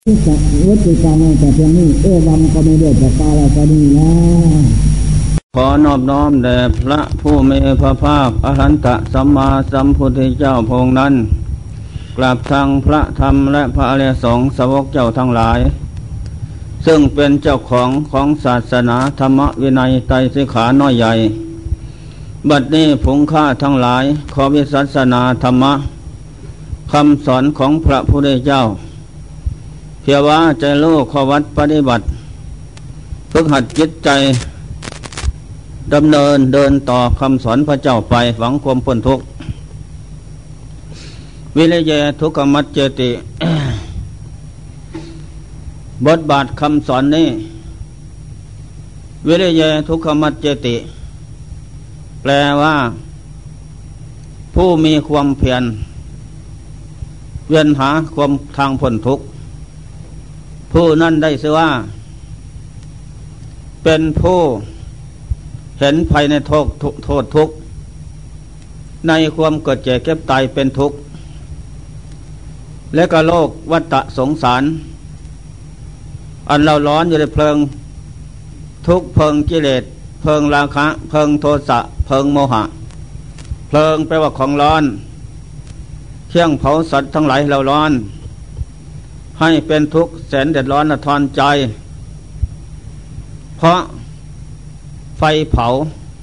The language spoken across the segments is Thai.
ที่จะวัตถุกรรมแต่เพียงนี้วังก็ไม่ได้แต่ตาเราก็นี่แล้วขอนอบน้อมแด่พระผู้มีพระภาคอรหันตสัมมาสัมพุทธเจ้าพระองค์นั้นกราบทางพระธรรมและพระอริยสงฆ์สาวกเจ้าทั้งหลายซึ่งเป็นเจ้าของศาสนาธรรมวินัยไตรสิกขาน้อยใหญ่บัดนี้ผงข้าทั้งหลายขอวิสัชนาธรรมะคำสอนของพระพุทธเจ้าเพียงว่าใจโลกขวัดปฏิบัติฝึกหัดจิตใจดำเนินเดินต่อคำสอนพระเจ้าไปหวังความพ้นทุกข์วิริยะทุกขมัจเจติ บทบาทคำสอนนี้วิริยะทุกขมัจเจติแปลว่าผู้มีความเพียรเวียนหาความทางพ้นทุกข์ผู้นั้นได้ชื่อว่าเป็นผู้เห็นภัยในโทษทุกข์ในความเกิดแก่เก็บตายเป็นทุกข์และก็โลกวัฏสงสารอันเราร้อนอยู่ในเพลิงทุกข์เพลิงกิเลสเพลิงราคะเพลิงโทสะเพลิงโมหะเพลิงแปลว่าของร้อนเที่ยงเผาสัตว์ทั้งหลายเราร้อนให้เป็นทุกข์แสนเดือดร้อนทรใจเพราะไฟเผา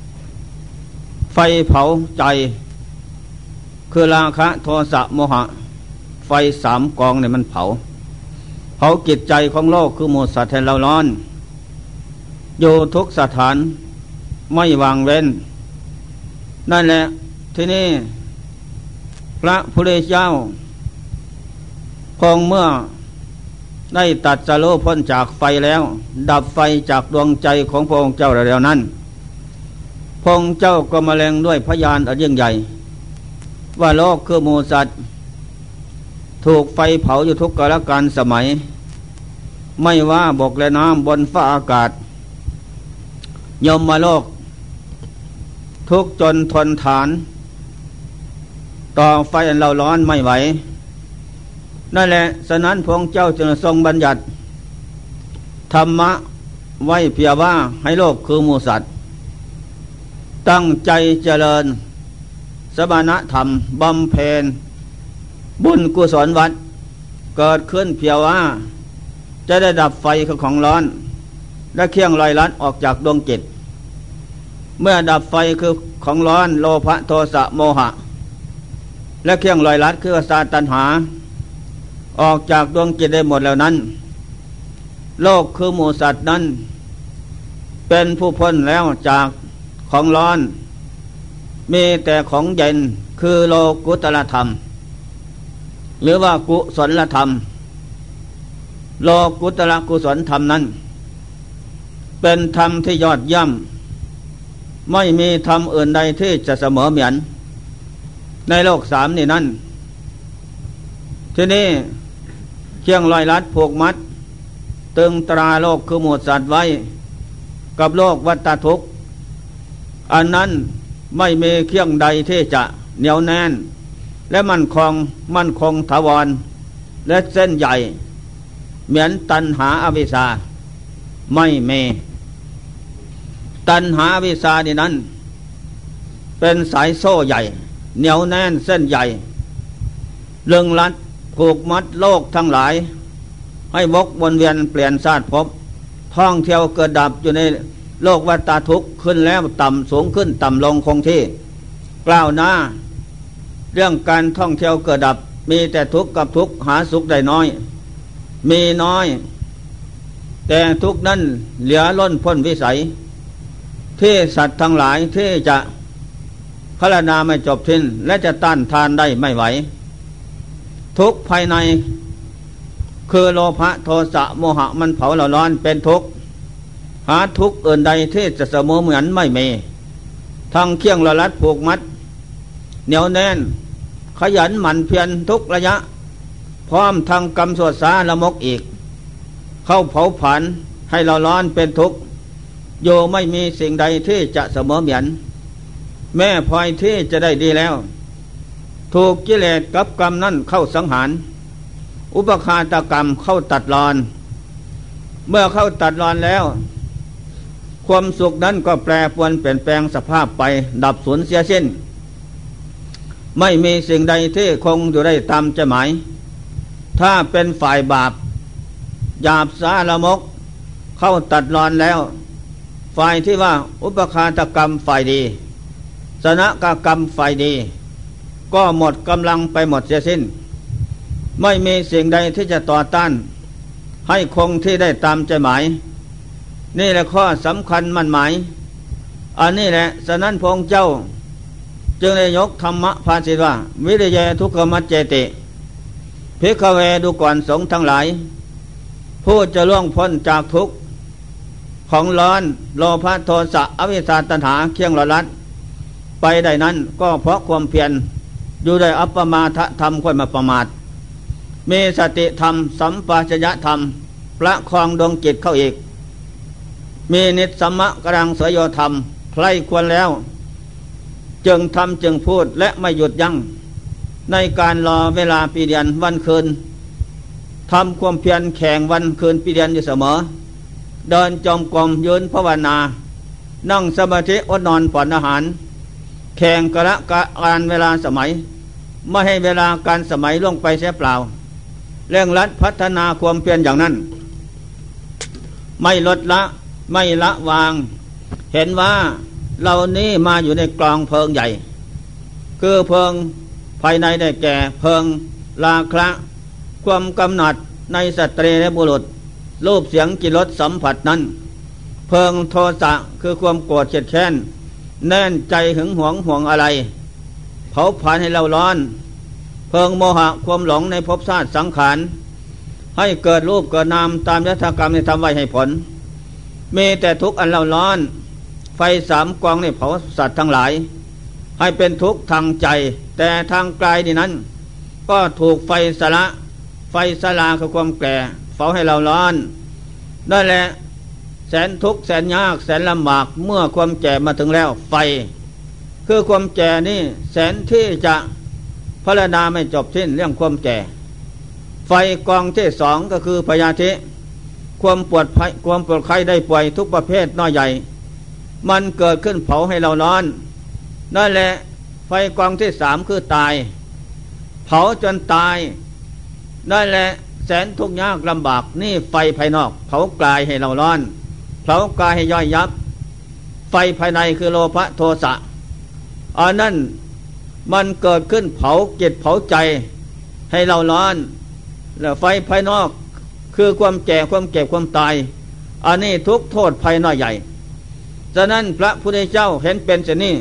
ใจคือราคะโทสะโมหะไฟสามกองเนี่ยมันเผาจิตใจของโลกคือหมู่สัตว์ให้เราร้อนอยู่ทุกสถานไม่วางเว้นนั่นแหละที่นี่พระพุทธเจ้าคงเมื่อได้ตัดสโลพ้นจากไฟแล้วดับไฟจากดวงใจของพระองค์เจ้าแล้วนั้นพระองค์เจ้าก็มาแรงด้วยพยานอันยิ่งใหญ่ว่าโลกคือหมู่สัตว์ถูกไฟเผาอยู่ทุกกาลการสมัยไม่ว่าบกและน้ำบนฟ้าอากาศยมโลกทุกจนทนทานต่อไฟอันเราร้อนไม่ไหวนั่นแหละฉะนั้นพระองค์เจ้าจึงทรงบัญญัติธรรมะไว้เพียงว่าให้โลกคือหมู่สัตว์ตั้งใจเจริญสมณธรรมบำเพ็ญบุญกุศลวัดเกิดขึ้นเพียงว่าจะได้ดับไฟของร้อนและเครื่องลอยลัดออกจากดวงจิตเมื่อดับไฟคือของร้อนโลภะโทสะโมหะและเครื่องลอยลัดคืออาสาตัณหาออกจากดวงจิตได้หมดแล้วนั้นโลกคือหมู่สัตว์นั้นเป็นผู้พ้นแล้วจากของร้อนมีแต่ของเย็นคือโลกุตตรธรรมหรือว่ากุศลธรรมโลกุตตรกุศลธรรมนั้นเป็นธรรมที่ยอดย่ำไม่มีธรรมอื่นใดที่จะเสมอเหมือนในโลกสามนี่นั่นที่นี่เชี่ยงลอยลัดผูกมัดตึงตราโลกคือหมู่สัตว์ไว้กับโลกวัฏทุกข์อันนั้นไม่มีเครื่องใดที่จะเหนียวแน่นและมั่นคงถาวรและเส้นใหญ่เหมือนตัณหาอวิชชาไม่มีตัณหาอวิชชานี่นั้นเป็นสายโซ่ใหญ่เหนียวแน่นเส้นใหญ่เรื่องลัดผูกมัดโลกทั้งหลายให้วกวนเวียนเปลี่ยนชาติภพท่องเที่ยวเกิดดับอยู่ในโลกวัฏทุกข์ขึ้นแล้วต่ำสูงขึ้นต่ำลงคงที่กล่าวหน้าเรื่องการท่องเที่ยวเกิดดับมีแต่ทุกข์กับทุกข์หาสุขได้น้อยมีน้อยแต่ทุกข์นั้นเหลือล้นพ้นวิสัยที่สัตว์ทั้งหลายที่จะพรรณนาไม่จบสิ้นและจะต้านทานได้ไม่ไหวทุกข์ภายในคือโลภะโทสะโมหะมันเผาเราร้อนเป็นทุกข์หาทุกข์อื่นใดที่จะเสมอเหมือนไม่มีทั้งเคี่ยงละลัดผูกมัดเหนียวแน่นขยันหมั่นเพียรทุกระยะพร้อมทางกรรมสวดสาละมกอีกเข้าเผาผลาญให้เราร้อนเป็นทุกข์โยไม่มีสิ่งใดที่จะเสมอเหมือนแม่พลอยที่จะได้ดีแล้วถูกกิเลสกับกรรมนั้นเข้าสังหารอุปคาตกรรมเข้าตัดรอนเมื่อเข้าตัดรอนแล้วความสุขนั้นก็แปรปรวนเปลี่ยนแปลงสภาพไปดับสูญเสียสิ้นไม่มีสิ่งใดที่คงอยู่ได้ตามใจหมายถ้าเป็นฝ่ายบาปหยาบสาละมกเข้าตัดรอนแล้วฝ่ายที่ว่าอุปคาตกรรมฝ่ายดีสนกกรรมฝ่ายดีก็หมดกำลังไปหมดเสียสิ้นไม่มีสิ่งใดที่จะต่อต้านให้คงที่ได้ตามใจหมายนี่แหละข้อสำคัญมั่นหมายอันนี้แหละฉะนั้นพระองค์เจ้าจึงได้ยกธรรมะภาษิตว่าวิริยะทุกขมัจเจติภิกขเวดูก่อนสงฆ์ทั้งหลายผู้จะล่วงพ้นจากทุกข์ของร้อนโลภะโทสะอวิชชาตัณหาเครื่องร้อนรัดไปได้นั้นก็เพราะความเพียรอยู่ได้อัปปมาทธรรมค่อยมาประมาทมีสติธรรมสัมปชัญญะธรรมประคองดวงจิตเข้าอีกมีนิสสัมมะกรังเสยโยธรรมใครควรแล้วจึงทำจึงพูดและไม่หยุดยั้งในการรอเวลาปีเดือนวันคืนทำความเพียรแข่งวันคืนปีเดือนอยู่เสมอเดินจมกรมยืนภาวนานั่งสมาธิอดนอนผ่อนอาหารแข่งกระการเวลาสมัยไม่ให้เวลาการสมัยล่วงไปเสียเปล่าเร่งรัดพัฒนาความเพียรอย่างนั้นไม่ลดละไม่ละวางเห็นว่าเรานี้มาอยู่ในกลองเพลิงใหญ่คือเพลิงภายในได้แก่เพลิงราคะความกำหนัดในสตรีและบุรุษรูปเสียงกลิ่นรสสัมผัสนั้นเพลิงโทสะคือความโกรธเฉียดแค้นแน่นใจหึงหวงห่วงอะไรเผาผลาญให้เราร้อนเพลิงโมหะความหลงในภพชาติสังขารให้เกิดรูปเกิดนามตามยถากรรมที่ทำไว้ให้ผลมีแต่ทุกข์อันเราร้อนไฟสามกองในเผาสัตว์ทั้งหลายให้เป็นทุกข์ทางใจแต่ทางกายนี่นั้นก็ถูกไฟสละไฟสลาคือความแก่เผาให้เราร้อนนั่นแหละแสนทุกข์แสนยากแสนลำบากเมื่อความแก่มาถึงแล้วไฟคือความแก่นี่แสนที่จะพรรณนาไม่จบสิ้นเรื่องความแก่ไฟกองที่สองก็คือพยาธิความปวดไข้ได้ป่วยทุกประเภทน้อยใหญ่มันเกิดขึ้นเผาให้เราร้อนนั่นแหละไฟกองที่สามคือตายเผาจนตายนั่นแหละแสนทุกข์ยากลำบากนี่ไฟภายนอกเผากายให้เราร้อนเผากายให้ย่อยยับไฟภายในคือโลภะโทสะอันนั้นมันเกิดขึ้นเผาจิตเผาใจให้เราร้อนแล้วไฟภายนอกคือความแก่ความเก็บความตายอันนี้ทุกโทษภัยน้อยใหญ่ฉะนั้นพระพุทธเจ้าเห็นเป็นเช่นนี้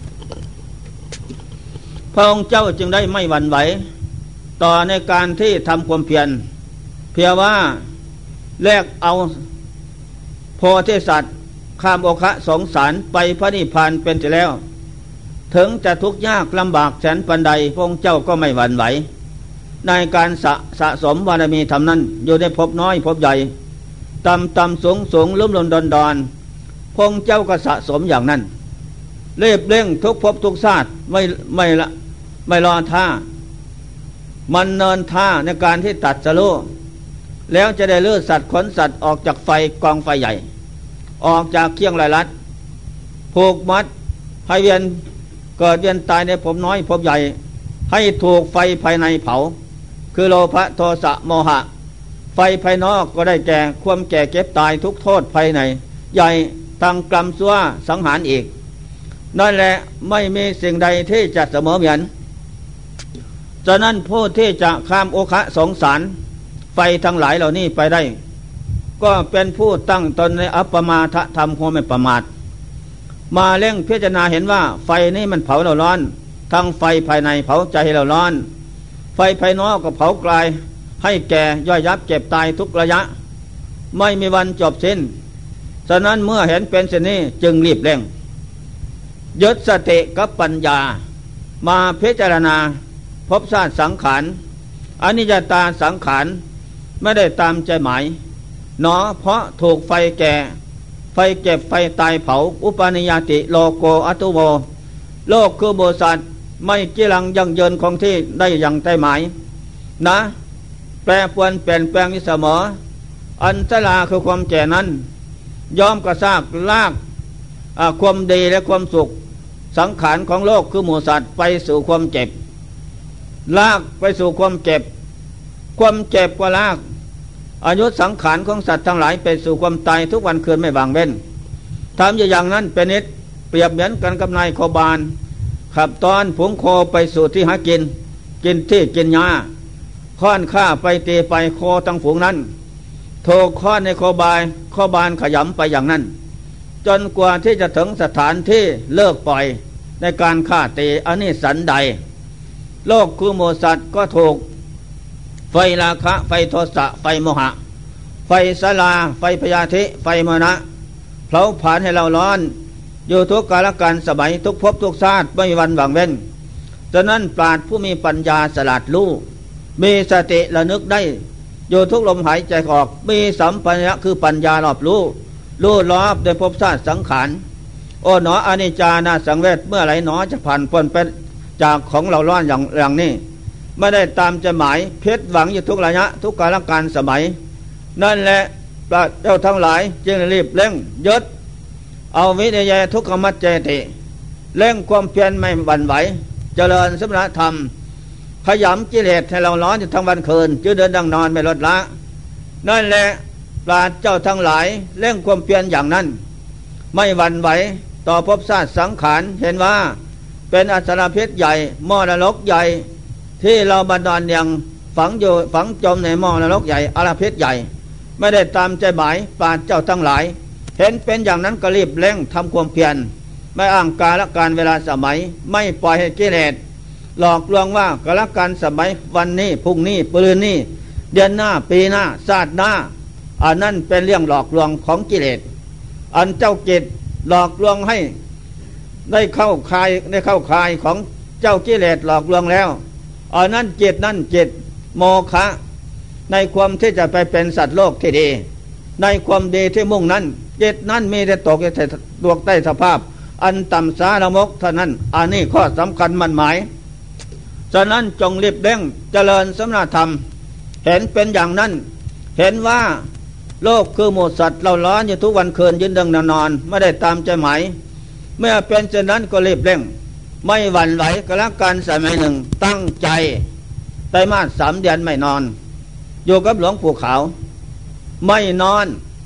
พระองค์เจ้าจึงได้ไม่หวั่นไหวต่อในการที่ทำความเพียรเพียงว่าแลกเอาโพธิสัตว์ข้ามโอคะสงสารไปพระนิพพานเป็นเสร็จแล้วถึงจะทุกข์ยากลำบากแสนปันใดพระองค์เจ้าก็ไม่หวั่นไหวในการสะสมบารมีธรรมนั้นอยู่ในภพน้อยภพใหญ่ต่ำสูงลุ่มดอนพระองค์เจ้าก็สะสมอย่างนั้นเรียบเร่งทุกภพทุกชาติไม่รอท่ามันเนินท่าในการที่ตัดสรู้แล้วจะได้เลือดสัตว์ขนสัตว์ออกจากไฟกองไฟใหญ่ออกจากเครื่องลายลัดผูกมัดให้เวียนเกิดเวียนตายในภพน้อยภพใหญ่ให้ถูกไฟภายในเผาคือโลภะโทสะโมหะไฟภายนอกก็ได้แก่ความแก่เก็บตายทุกโทษภายในใหญ่ทางกรรมซัวสังหารอีกนั่นแหละไม่มีสิ่งใดที่จะเสมอเหมือนฉะนั้นผู้ที่จะข้ามโอคะสงสารไฟทั้งหลายเหล่านี้ไปได้ก็เป็นผู้ตั้งตนในอัปปมาทธรรมความไม่ประมาทมาเร่งพิจารณาเห็นว่าไฟนี้มันเผาเราร้อนทั้งไฟภายในเผาใจให้เราร้อนไฟภายนอกก็เผากลายให้แก่ย่อยยับเจ็บตายทุกระยะไม่มีวันจบสิ้นฉะนั้นเมื่อเห็นเป็นเช่นนี้จึงรีบเร่งยึดสติกับปัญญามาพิจารณาภพชาติสังขารอนิจจตาสังขารไม่ได้ตามใจหมายหนอเพราะถูกไฟแก่ไฟเก็บไฟตายเผาอุปาณิยติโลโกอัตุโวโลกคือโบสัตไม่กีรังยั่งยืนของที่ได้อย่างใจหมายนะแปรปรวนเปลี่ยนแปลงอยู่เสมออันชราคือความแก่นั้นย่อมกระซากลากความดีและความสุขสังขารของโลกคือหมู่สัตว์ไปสู่ความเจ็บลากไปสู่ความเจ็บความเจ็บก็ลากอายุสังขารของสัตว์ทั้งหลายไปสู่ความตายทุกวันคืนไม่บางเว้นทำอย่างนั้นเป็นนิดเปรียบเหมือนกันกับนายโคบาลขับตอนผงโคไปสู่ที่หากินที่กินหญ้าค้อนฆ่าไปตีไปโคทั้งฝูงนั้นโถค้อนในโคบาลขยำไปอย่างนั้นจนกว่าที่จะถึงสถานที่เลิกปล่อยในการฆ่าตีอันนี้สันใดโลกคือหมู่สัตว์ก็ถูกไฟราคะไฟโทสะไฟโมหะไฟสลาไฟพยาธิไฟมรณะเผาผลาญให้เราร้อนอยู่ทุกกาลการสมัยทุกภพทุกชาติไม่มีวันว่างเว้นฉะนั้นปราชญ์ผู้มีปัญญาฉลาดรู้มีสติระลึกได้อยู่ทุกลมหายใจออกมีสัมปัญญะคือปัญญารอบรู้รอบโดยภพชาติสังขารโอ้หนออนิจจานาสังเวชเมื่อไรหนอจะผ่านพ้นไปจากของเราร้อนอย่างนี้ไม่ได้ตามจะหมายเพชรหวังอยู่ทุกระยะทุกกาลการสมัยนั่นแหละพระเจ้าทั้งหลายจึงรีบเร่งยึดเอาวิทยาทุกขมัจเจติเร่งความเพียรไม่หวั่นไหวเจริญสมณธรรมขยำกิเลสให้เราร้อนอยู่ทั้งวันคืนจื้อเดินดังนอนไม่ลดละนั่นแหละพระเจ้าทั้งหลายเร่งความเพียรอย่างนั้นไม่หวั่นไหวต่อภพชาติสังขารเห็นว่าเป็นอสรพิษใหญ่มรดกใหญ่ที่เราบันดาลอย่างฝังจมในมรดกใหญ่อรพิษใหญ่ไม่ได้ตามใจหมายปราชญ์เจ้าทั้งหลายเห็นเป็นอย่างนั้นก็รีบเร่งทำความเพียรไม่อ้างกาลการเวลาสมัยไม่ปล่อยให้กิเลสหลอกลวงว่ากาลการสมัยวันนี้พรุ่งนี้ปรืนนี้เดือนหน้าปีหน้าชาติหน้าอันนั้นเป็นเรื่องหลอกลวงของกิเลสอันเจ้าจิตหลอกลวงให้ได้เข้าคายของเจ้ากิเลสหลอกลวงแล้วอันนั้นจิตโมฆะในความที่จะไปเป็นสัตว์โลกที่ดีในความดีที่มุ่งนั้นจิตนั้นมีแต่ตกอยู่ใต้สภาพอันต่ำสารมกเท่านั้นอันนี้ข้อสำคัญมันหมายฉะนั้นจงรีบเร่งเจริญสมณธรรมเห็นเป็นอย่างนั้นเห็นว่าโลกคือหมู่สัตว์เราร้อนอยู่ทุกวันคืนยืนดังนอนไม่ได้ตามใจหมายเมื่อเป็นเช่นนั้นก็รีบเร่งไม่หวั่นไหวกละการสมัยหนึ่งตั้งใจไตรมาส3 เดือนไม่นอนอยู่กับหลวงปู่ขาวไม่นอน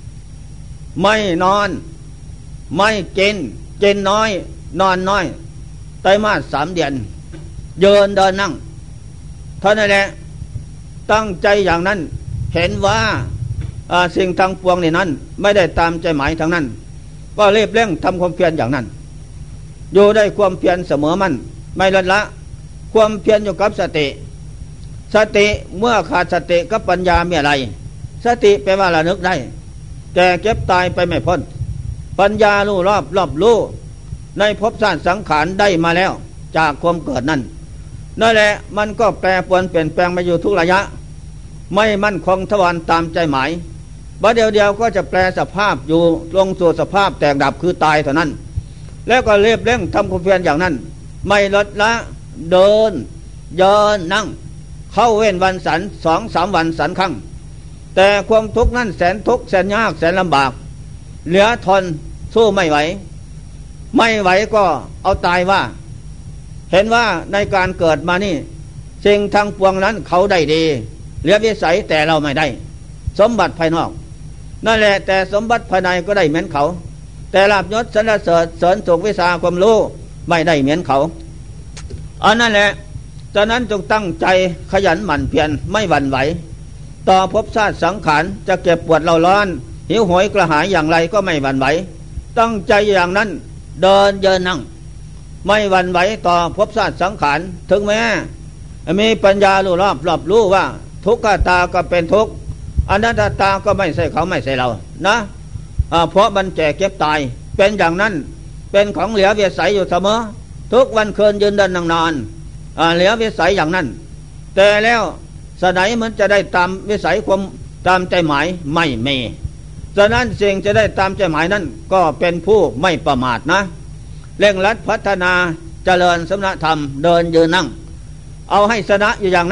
ไม่กินน้อยนอนน้อยไตรมาส3 เดือนเดินนั่งเท่านั้นแหละตั้งใจอย่างนั้นเห็นว่าสิ่งทางปวงนี่นั้นไม่ได้ตามใจหมายทางนั้นก็รีบเร่งทำความเพียรอย่างนั้นอยู่ได้ความเพียรเสมอมันไม่ลดละความเพียรอยู่กับสติเมื่อขาดสติกับปัญญามีอะไรสติแปลว่าระลึกได้แต่เก็บตายไปไม่พ้นปัญญารู้รอบรู้ในภพชาติสังขารได้มาแล้วจากความเกิดนั้นนั่นแหละมันก็แปรปรวนเปลี่ยนแปลงมาอยู่ทุกระยะไม่มั่นคงทวารตามใจหมายบัดเดียวก็จะแปลสภาพอยู่ลงสู่สภาพแตกดับคือตายเท่านั้นแล้วก็เรียบเร่งทำความเพียรอย่างนั้นไม่ลดละเดินนั่งเข้าเว้นวันสัน2-3 วันสันครั้งแต่ความทุกข์นั้นแสนทุกข์แสนยากแสนลำบากเหลือทนสู้ไม่ไหวก็เอาตายว่าเห็นว่าในการเกิดมานี่สิ่งทางปวงนั้นเขาได้ดีเหลือวิสัยแต่เราไม่ได้สมบัติภายนอกนั่นแหละแต่สมบัติภายในก็ได้เหมือนเขาแต่ลาภยศสรรเสริญสุขวิชาความรู้ไม่ได้เหมือนเขาอันนั่นแหละฉะนั้นจงตั้งใจขยันหมั่นเพียรไม่หวั่นไหวต่อภพชาติสังขารจะเก็บปวดเราร้อนหิวโหยกระหายอย่างไรก็ไม่หวั่นไหวตั้งใจอย่างนั้นเดินนั่งไม่หวั่นไหวต่อภพชาติสังขารถึงแม้มีปัญญารู้รอบรู้ว่าทุกขตาก็เป็นทุกข์อนัตตาก็ไม่ใช่เขาไม่ใช่เรานะเพราะมันแก่เก็บตายเป็นอย่างนั้นเป็นของเหลือวิสัยอยู่เสมอทุกวันคืนยืนเดินนั่งนอนเหลือวิสัยอย่างนั้นแต่แล้วสไหนมันจะได้ตามวิสัยความตามใจหมายไม่มีฉะนั้นสิ่งจะได้ตามใจหมายนั้นก็เป็นผู้ไม่ประมาทนะเร่งรัดพัฒนาเจริญสมณธรรมเดินยืนนั่งเอาให้ชนะอยู่อย่างนั้น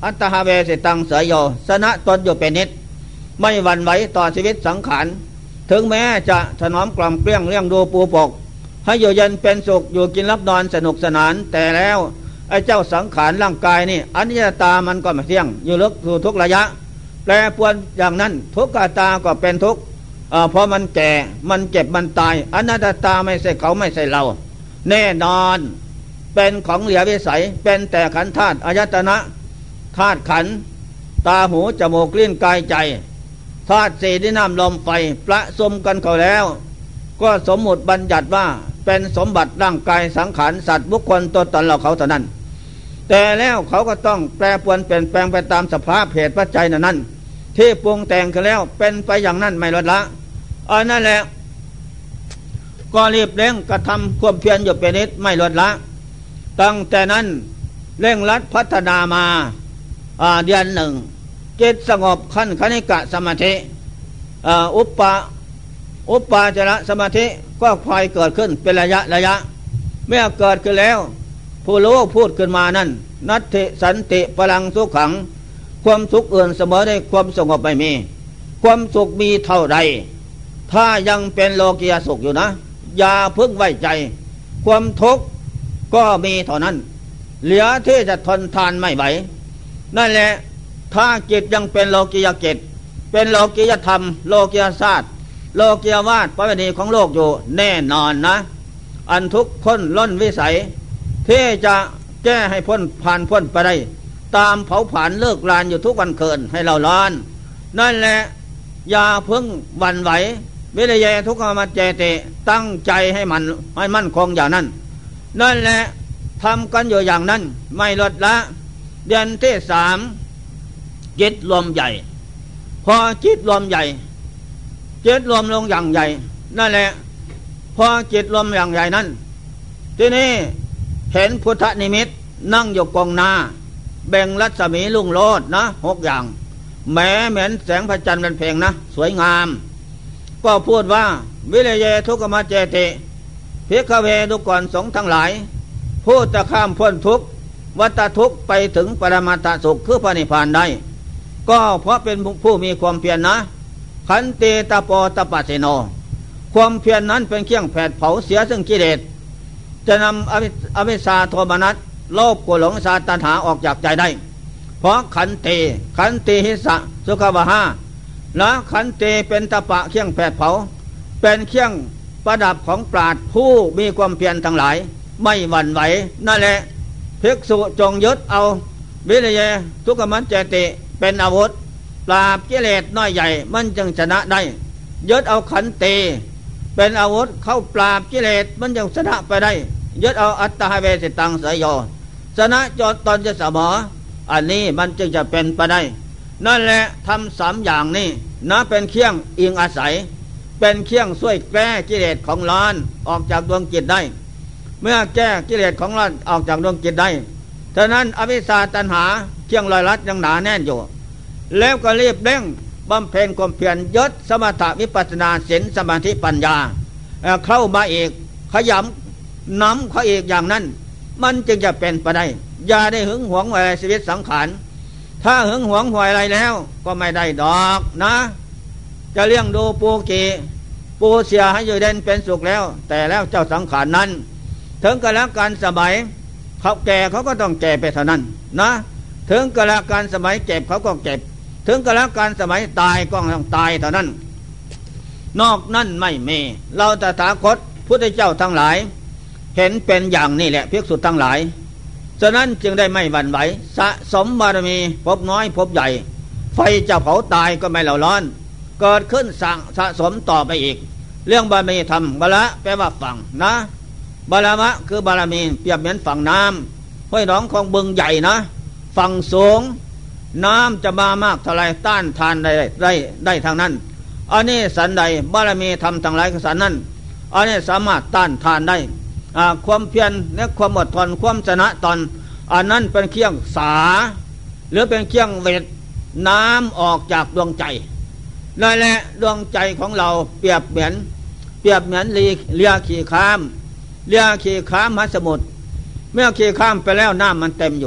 อัตหาเวสิตังเสยโยสนะตนอยู่เป็นนิดไม่หวั่นไหวต่อชีวิตสังขารถึงแม้จะถนอมกล่อมเกลี้ยงเลี้ยงดูปูปกให้อยู่เย็นเป็นสุขอยู่กินรับนอนสนุกสนานแต่แล้วไอ้เจ้าสังขารร่างกายนี่อนิจจตามันก็ไม่เที่ยงอยู่ลึกสู่ทุกระยะแปรปรวนอย่างนั้นทุกขตาก็เป็นทุกข์เพราะมันแก่มันเจ็บมันตายอนัตตาไม่ใช่เขาไม่ใช่เราแน่นอนเป็นของเหลือวิสัยเป็นแต่ขันธ์ธาตุอายตนะธาตุขันธ์ตาหูจมูกลิ้นกายใจธาตุสี่ดินน้ำลมไฟประสมกันเข้าแล้วก็สมมุติบัญญัติว่าเป็นสมบัติร่างกายสังขารสัตว์บุคคลตัวตนเราเขาเท่านั้นแต่แล้วเขาก็ต้องแปรปรวนเปลี่ยนแปลงไปตามสภาพเหตุปัจจัยนั้นที่ปรุงแต่งขึ้นแล้วเป็นไปอย่างนั้นไม่ลดละอันนั่นแหละก็รีบเร่งกระทำความเพียรอยู่เป็นนิดไม่ลดละตั้งแต่นั้นเร่งรัดพัฒนามาเดือนหนึ่งจิตสงบขั้นคณิกะสมาธิอุปาจารสมาธิก็พลอยเกิดขึ้นเป็นระยะเมื่อเกิดขึ้นแล้วผู้รู้พูดขึ้นมานั้นนัตถิสันติพลังสุขขังความสุขอื่นเสมอได้ความสงบไม่มีความสุขมีเท่าใดถ้ายังเป็นโลกียสุขอยู่นะอย่าพึ่งไว้ใจความทุกข์ก็มีเท่านั้นเหลือที่จะทนทานไม่ไหวนั่นแหละถ้าจิตยังเป็นโลกียจิตเป็นโลกียธรรมโลกียศาสตร์โลกียวาทประเพณีของโลกอยู่แน่นอนนะอันทุกคนล้นวิสัยที่จะแก้ให้พ้นไปได้ตามเผาผลาญเลิกลานอยู่ทุกวันเกินให้เราร้อนนั่นแหละอย่าพึ่งหวั่นไหววิริยะทุกขมัจเจติตั้งใจให้มั่นคงอย่างนั้นนั่นแหละทำกันอยู่อย่างนั้นไม่ลดละเดือนที่3จิตรวมใหญ่พอจิตรวมใหญ่จิตรวมลงอย่างใหญ่นั่นแหละพอจิตรวมอย่างใหญ่นั้นที่นี่เห็นพุทธนิมิตนั่งอยู่กองนาแบ่งรัศมีลุ่งโลดนะ6อย่างแม้เหมือนแสงพระจันทร์เป็นเพลงนะสวยงามก็พูดว่าวิริยะทุกขมัจเจติภิกขเวทุกรสงฆ์ทั้งหลายผู้จะข้ามพ้นทุกข์วัฏทุกข์ไปถึงปรมัตถสุขคือพระนิพพานได้ก็เพราะเป็นผู้มีความเพียรนะขันติตโปตปัสสิโนความเพียรนั้นเป็นเครื่องแผดเผาเสียซึ่งกิเลสจะนำอวิชชาโทมนัสโลภโกรธหลงสาตัณหาออกจากใจได้เพราะขันติหิสะสุขวหาและขันติเป็นตปะเครื่องแผดเผาเป็นเครื่องประดับของปราชญ์ผู้มีความเพียรทั้งหลายไม่หวั่นไหวนั่นแหละภิกษุจงยึดเอาวิริยะทุกขมัจเจติเป็นอาวุธปราบกิเลสน้อยใหญ่มันจึงชนะได้ยึดเอาขันติเป็นอาวุธเข้าปราบกิเลสมันจึงชนะไปได้ยึดเอาอัตตหเวสิตังเสยโยชนะจนตนจะเสมออันนี้มันจึงจะเป็นไปได้นั่นแหละทำ3อย่างนี้นะเป็นเครื่องอิงอาศัยเป็นเครื่องช่วยแก้กิเลสของร้อนออกจากดวงจิตได้เมื่อแก้กิเลสของร้อนออกจากดวงจิตได้ฉะนั้นอวิชชาตัณหาเครื่องลอยลัดยังหนาแน่นอยู่แล้วก็รีบเร่งบำเพ็ญความเพียรยึดสมถะวิปัสสนาศีลสมาธิปัญญาเข้ามาอีกขยำน้ำเขาอีกอย่างนั้นมันจึงจะเป็นไปได้อย่าได้หึงหวงอะไรชีวิตสังขารถ้าหึงหวงหวยอะไรแล้วก็ไม่ได้ดอกนะจะเลี้ยงดูปูเสียให้อยู่เด่นเป็นสุขแล้วแต่แล้วเจ้าสังขารนั้นถึงกาลการสมัยเขาแก่เขาก็ต้องแก่ไปเท่านั้นนะถึงกาลการสมัยเจ็บเขาก็เจ็บถึงกาลการสมัยตายก็ต้องตายเท่านั้นนอกนั้นไม่มีเราตถาคตพุทธเจ้าทั้งหลายเห็นเป็นอย่างนี้แหละภิกษุทั้งหลายฉะนั้นจึงได้ไม่หวั่นไหวสะสมบารมีพบน้อยพบใหญ่ไฟจะเผาตายก็ไม่เหล่าร้อนเกิดขึ้นสะสมต่อไปอีกเรื่องบารมีธรรมบาละแปลว่าฝั่งนะบาลามะคือบารมีเปรียบเหมือนฝั่งน้ำห้วยหนองของบึงใหญ่นะฝั่งสูงน้ำจะมามากเท่าไรต้านทานได้ทางนั้นอันนี้สันใดบารมีธรรมทั้งหลายสันนั้นอันนี้สามารถต้านทานได้ความเพียรและความอดทนความชนะตนอันนั้นเป็นเครื่องสาหรือเป็นเครื่องเวทน้ำออกจากดวงใจนั่นแหละดวงใจของเราเปรียบเหมือนเรือขี่ข้ามมหาสมุทรเมื่อขี่ข้ามไปแล้วน้ำมันเต็มอยู่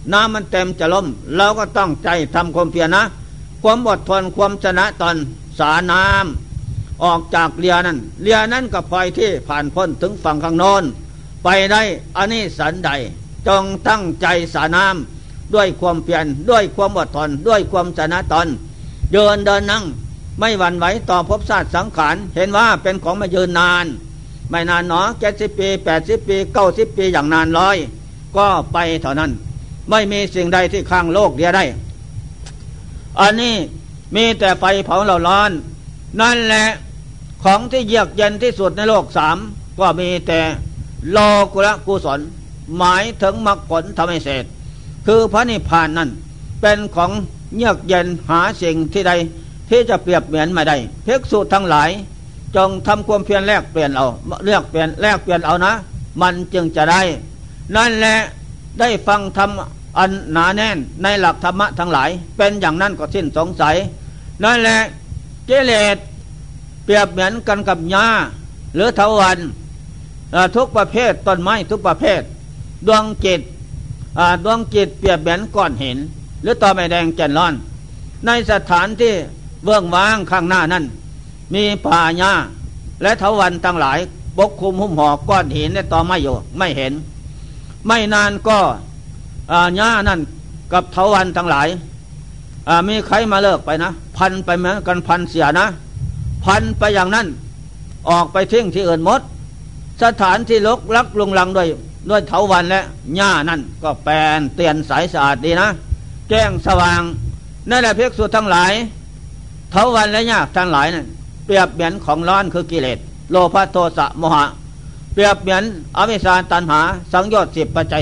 น้ำมันเต็มจะล้มเราก็ต้องใจทำความเพียรนะความอดทนความชนะตอนสาน้ำออกจากเรือนั้นก็พลอยที่ผ่านพ้นถึงฝั่งข้างโน้นไปได้อันนี้สันใดจงตั้งใจสาน้ำด้วยความเพียรด้วยความอดทนด้วยความชนะตนเดินนั่งไม่หวั่นไหวต่อภพชาติสังขารเห็นว่าเป็นของมายืนนานไม่นานหนอ70 ปี80 ปี90 ปีอย่างนานร้อยก็ไปเท่านั้นไม่มีสิ่งใดที่ข้างโลกเดียวได้อันนี้มีแต่ไฟเผาเราร้อนนั่นแหละของที่เยือกเย็นที่สุดในโลก3ก็มีแต่โลกุตระกุศลหมายถึงมรรคผลทำให้เสร็จคือพระนิพพานนั่นเป็นของเยือกเย็นหาสิ่งที่ใดที่จะเปรียบเหมือนไม่ได้ภิกษุทั้งหลายจงทำความเพียรแลกเปลี่ยนเอาแลกเปลี่ยนเอานะมันจึงจะได้นั่นแหละได้ฟังธรรมอันหนาแน่นในหลักธรรมะทั้งหลายเป็นอย่างนั้นก็สิ้นสงสัยนั่นแหละกิเลสเปรียบเหมือนกันกับหญ้าหรือเถาวัลย์ทุกประเภทต้นไม้ทุกประเภทดวงจิตเปรียบเหมือนก้อนหินหรือตอไม้แดงแก่นร้อนในสถานที่เบื้องว่างข้างหน้านั้นมีป่าหญ้าและเถาวัลย์ทั้งหลายปกคลุมหุ้มห่อก้อนหินและตอไม้อยู่ไม่เห็นไม่นานก็หญ้านั่นกับเถาวัลย์ทั้งหลายมีใครมาเลิกไปนะพันไปเหมือนกันพันเสียนะพันไปอย่างนั้นออกไปทิ้งที่อื่นหมดสถานที่รกรักลุงลังด้วยเถาวัลย์และหญ้านั่นก็แปลนเตียนใสสะอาดดีนะแจ้งสว่างนั่นแหละภิกษุทั้งหลายเถาวัลย์และหญ้าทั้งหลายนั่นเปรียบเหมือนของร้อนคือกิเลสโลภะโทสะโมหะเปรียบเหมือนอวิชชาตัณหาสังโยชน์10ปัจจัย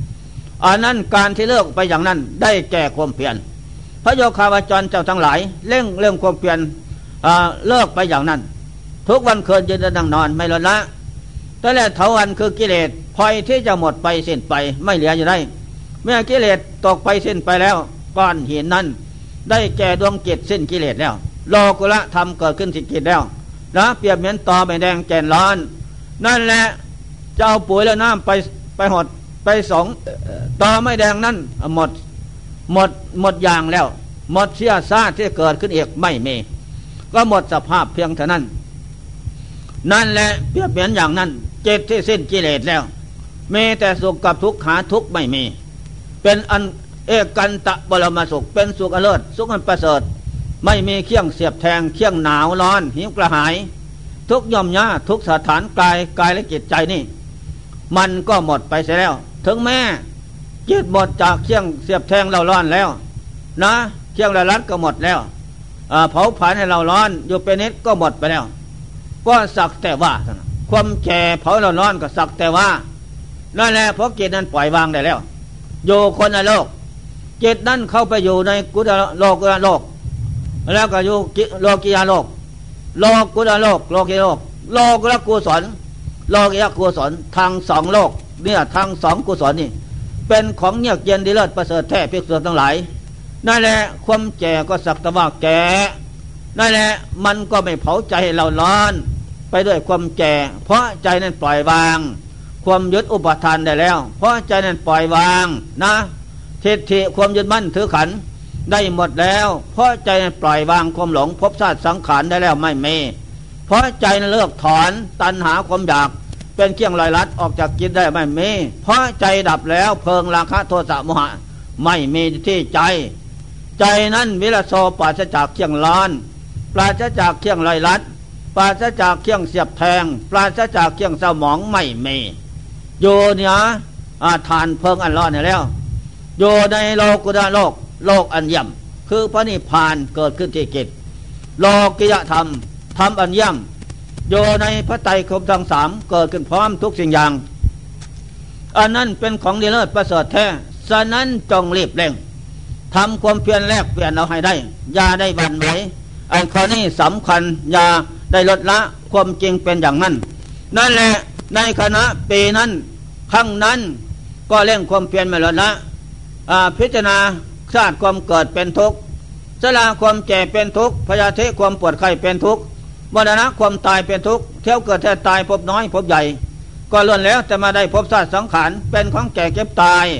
10อันนั้นการที่เลิกไปอย่างนั้นได้แก่ความเพียรพระโยคาวจรเจ้าทั้งหลายเร่งความเพียรเลิกไปอย่างนั้นทุกวันคืนยืนเดินนั่งนอนไม่ลดละแต่แล้วเถาวัลย์คือกิเลสพลอยที่จะหมดไปสิ้นไปไม่เหลืออยู่ได้เมื่อกิเลสตกไปสิ้นไปแล้วก้อนหินนั้นได้แก่ดวงจิตสิ้นกิเลสแล้วโลกุตระธรรมเกิดขึ้นสิ้นกิเลสแล้วนะเปรียบเหมือนตอไม้แดงแก่นร้อนนั่นแหละจะเอาปุ๋ยและน้ำไปหดไปสองตอไม้แดงนั้นหมดอย่างแล้วหมดเชื้อชาติที่เกิดขึ้นอีกไม่มีก็หมดสภาพเพียงเท่านั้นนั่นแหละเปรียบเหมือนอย่างนั้นจิตที่สิ้นกิเลสแล้วมีแต่สุขกับทุกข์หาทุกข์ไม่มีเป็นอันเอกันตะบรมสุขเป็นสุขอเลิศสุขอันประเสริฐไม่มีเครื่องเสียบแทงเครื่องหนาวร้อนหิวกระหายทุกย่อมย่าทุกสถานกายและจิตใจนี่มันก็หมดไปเสียแล้วถึงแม้จิตหมดจากเครื่องเสียบแทงเราร้อนแล้วนะเครื่องระลัดก็หมดแล้วเผาผลาญให้เราร้อนอยู่เป็นนิดก็หมดไปแล้วก็สักแต่ว่าความแก่เผาเราร้อนก็สักแต่ว่านั่นแหละเพราะจิตนั้นปล่อยวางได้แล้วอยู่คนละโลกจิตนั้นเข้าไปอยู่ในกุศลโลกแล้วก็อยู่โลกียโลกโลกุตระโลกโลกียโลกโลกุตระกุศลโลกียกุศลทางสองโลกเนี่ยทางสองกุศลนี่เป็นของเยือกเย็นดีเลิศประเสริฐแท้ภิกษุทั้งหลายนั่นแหละความแก่ก็สักแต่ว่าแก่นั่นแหละมันก็ไม่เผาใจให้เราร้อนไปด้วยความแก่เพราะใจนั้นปล่อยวางความยึดอุปทานได้แล้วเพราะใจนั้นปล่อยวางนะทิฏฐิความยึดมั่นถือขันได้หมดแล้วเพราะใจนั้นปล่อยวางความหลงภพชาติสังขารได้แล้วไม่มีเพราะใจนั้นเลิกถอนตัณหาความอยากเป็นเครื่องลอยลัดออกจากจิตได้ไม่มีเพราะใจดับแล้วเพลิงราคะโทสะโมหะไม่มีที่ใจนั้นวิรโสปราศจากเครื่องร้อนปราศจากเครื่องลอยลัดปราศจากเครื่องเสียบแทงปราศจากเครื่องเศร้าหมองไม่มีอยู่เนี่ยทานเพลิงอันร้อนนี่แล้วอยู่ในโลกุตระโลกอันเยี่ยมคือพระนิพพานเกิดขึ้นที่จิตโลกิยธรรมอันเยี่ยมอยู่ในพระไตรคมทั้ง3เกิดขึ้นพร้อมทุกสิ่งอย่างอันนั้นเป็นของดีเลิศประเสริฐแท้ฉะนั้นจงรีบเร่งทำความเพียรแลกเปลี่ยนเอาให้ได้อย่าได้หวั่นไหวอันข้อนี้สำคัญอย่าได้ลดละความจริงเป็นอย่างนั้นนั่นแหละในคณะปีนั้นครั้งนั้นก็เร่งความเพียรไม่ลดละพิจารณาชาติความเกิดเป็นทุกข์ชราความแก่เป็นทุกข์พยาธิความปวดไข้เป็นทุกข์มรณะความตายเป็นทุกข์เที่ยวเกิดแท้ตายพบน้อยพบใหญ่ก็ล้วนแล้วแต่มาได้พบชาติสังขารเป็นของแก่เก็บตาย